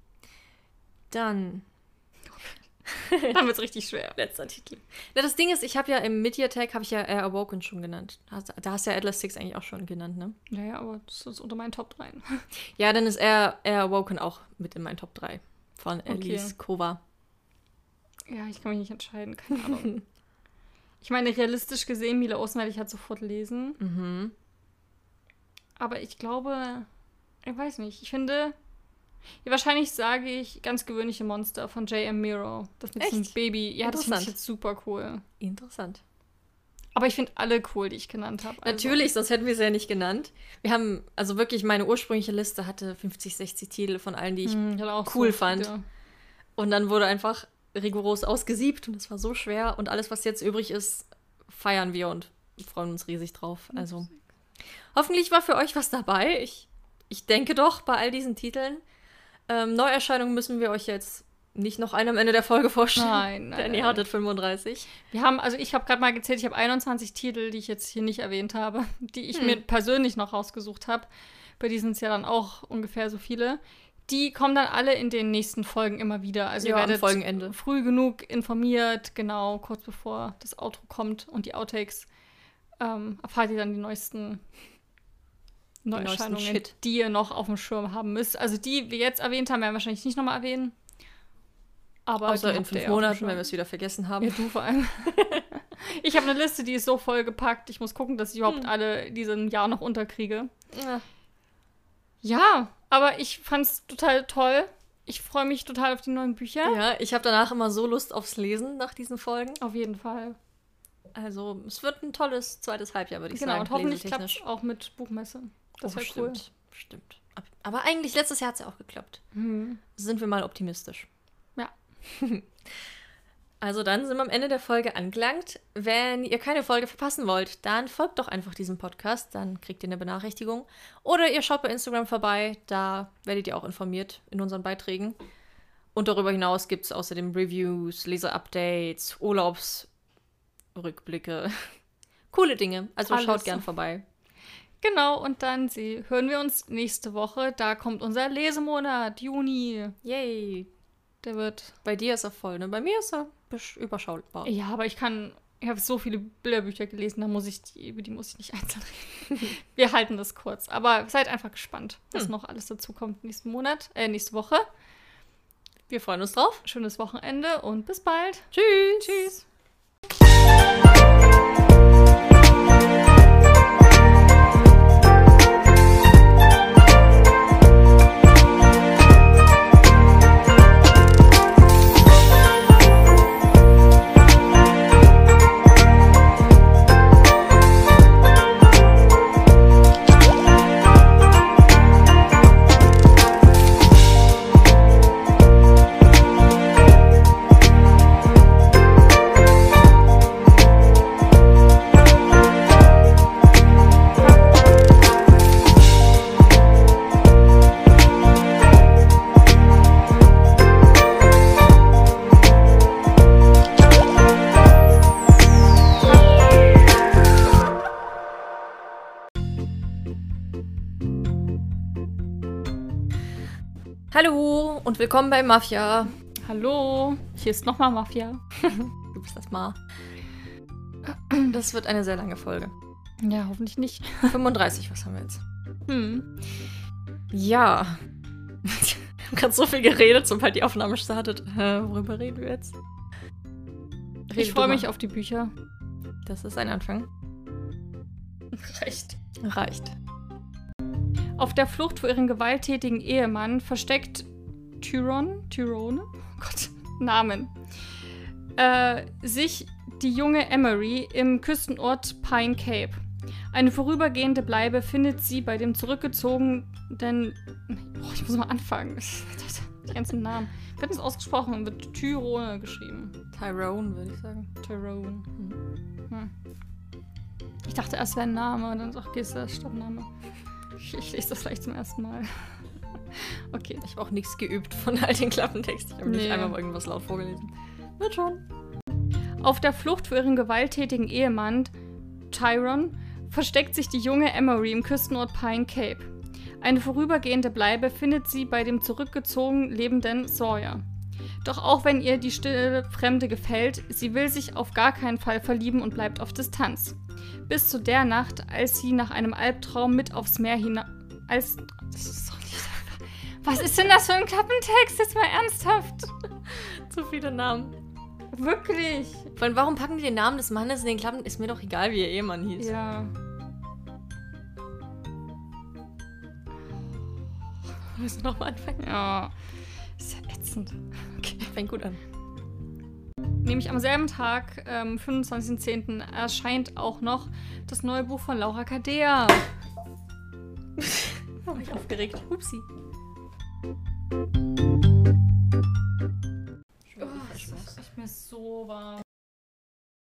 Dann wird es richtig schwer. Letzter Titel. Ja, das Ding ist, ich habe ja im Mid-Year-Tag Air Awoken schon genannt. Da hast du ja Atlas Six eigentlich auch schon genannt, ne? Ja, aber das ist unter meinen Top 3. Ja, dann ist Air Awoken auch mit in meinen Top 3 von Elise Kova. Ja, ich kann mich nicht entscheiden, keine Ahnung. Ich meine, realistisch gesehen, Mila Olsen werde ich halt sofort lesen. Aber ich glaube, ich weiß nicht, ich finde, wahrscheinlich sage ich Ganz gewöhnliche Monster von J.M. Miro. Das mit diesem Baby. Ja, das finde ich jetzt super cool. Interessant. Aber ich finde alle cool, die ich genannt habe. Also. Natürlich, sonst hätten wir es ja nicht genannt. Wir haben, also wirklich, meine ursprüngliche Liste hatte 50, 60 Titel von allen, die ich cool fand. Ja. Und dann wurde einfach rigoros ausgesiebt und es war so schwer. Und alles, was jetzt übrig ist, feiern wir und freuen uns riesig drauf. Also hoffentlich war für euch was dabei. Ich denke doch bei all diesen Titeln. Neuerscheinungen müssen wir euch jetzt nicht noch eine am Ende der Folge vorstellen. Nein. Denn ihr hattet 35. Ich habe gerade mal gezählt, ich habe 21 Titel, die ich jetzt hier nicht erwähnt habe, die ich mir persönlich noch rausgesucht habe. Bei diesen sind es ja dann auch ungefähr so viele. Die kommen dann alle in den nächsten Folgen immer wieder. Also ihr werdet Folgenende früh genug informiert, genau, kurz bevor das Outro kommt und die Outtakes, erfahrt ihr dann die neuesten Neuerscheinungen, die ihr noch auf dem Schirm haben müsst. Also die wir jetzt erwähnt haben, werden wir wahrscheinlich nicht nochmal erwähnen. Aber außer in 5 Monaten, wenn wir es wieder vergessen haben. Ja, du vor allem. Ich habe eine Liste, die ist so vollgepackt. Ich muss gucken, dass ich überhaupt alle diesen Jahr noch unterkriege. Ja, aber ich fand's total toll. Ich freue mich total auf die neuen Bücher. Ja, ich habe danach immer so Lust aufs Lesen nach diesen Folgen. Auf jeden Fall. Also, es wird ein tolles zweites Halbjahr, würde ich sagen. Genau, und hoffentlich klappt es auch mit Buchmesse. Das wäre cool. Stimmt. Aber eigentlich, letztes Jahr hat es ja auch geklappt. Sind wir mal optimistisch. Ja. Also dann sind wir am Ende der Folge angelangt. Wenn ihr keine Folge verpassen wollt, dann folgt doch einfach diesem Podcast, dann kriegt ihr eine Benachrichtigung. Oder ihr schaut bei Instagram vorbei, da werdet ihr auch informiert in unseren Beiträgen. Und darüber hinaus gibt es außerdem Reviews, Leser-Updates, Urlaubsrückblicke. Coole Dinge, also schaut gern vorbei. Genau, und dann hören wir uns nächste Woche. Da kommt unser Lesemonat, Juni. Yay. Der wird... Bei dir ist er voll, ne? Bei mir ist er überschaubar. Ja, aber ich habe so viele Bilderbücher gelesen, über die muss ich nicht einzeln reden. Wir halten das kurz. Aber seid einfach gespannt, was noch alles dazu kommt nächste Woche. Wir freuen uns drauf. Schönes Wochenende und bis bald. Tschüss. Tschüss. Hallo und willkommen bei Mafia. Hallo, hier ist nochmal Mafia. Du bist das Ma. Das wird eine sehr lange Folge. Ja, hoffentlich nicht. 35, was haben wir jetzt? Ja. Wir haben gerade so viel geredet, sobald die Aufnahme startet. Worüber reden wir jetzt? Ich freue mich auf die Bücher. Das ist ein Anfang. Reicht. Auf der Flucht vor ihrem gewalttätigen Ehemann versteckt Tyrone, oh Gott, Namen, sich die junge Emery im Küstenort Pine Cape. Eine vorübergehende Bleibe findet sie bei dem zurückgezogenen... ich muss mal anfangen. Die ganzen Namen. Wird das ausgesprochen? Wird Tyrone geschrieben. Tyrone, würde ich sagen. Tyrone. Ich dachte erst wäre ein Name und dann okay, ist der Stadtname. Ich lese das vielleicht zum ersten Mal. Okay. Ich habe auch nichts geübt von all den Klappentext. Ich habe nicht einmal irgendwas laut vorgelesen. Wird schon. Auf der Flucht vor ihrem gewalttätigen Ehemann, Tyrone, versteckt sich die junge Emery im Küstenort Pine Cape. Eine vorübergehende Bleibe findet sie bei dem zurückgezogen lebenden Sawyer. Doch auch wenn ihr die stille Fremde gefällt, sie will sich auf gar keinen Fall verlieben und bleibt auf Distanz. Bis zu der Nacht, als sie nach einem Albtraum mit aufs Meer das ist doch nicht einfach. Was ist denn das für ein Klappentext? Jetzt mal ernsthaft. Zu viele Namen. Wirklich? Vor allem, warum packen die den Namen des Mannes in den Klappen? Ist mir doch egal, wie ihr Ehemann hieß. Ja. Müssen wir nochmal anfangen? Ja. Ist ja ätzend. Okay, fängt gut an. Nämlich am selben Tag, 25.10., erscheint auch noch das neue Buch von Laura Cadea. War ich aufgeregt. Upsi. Oh, es ist mir so warm.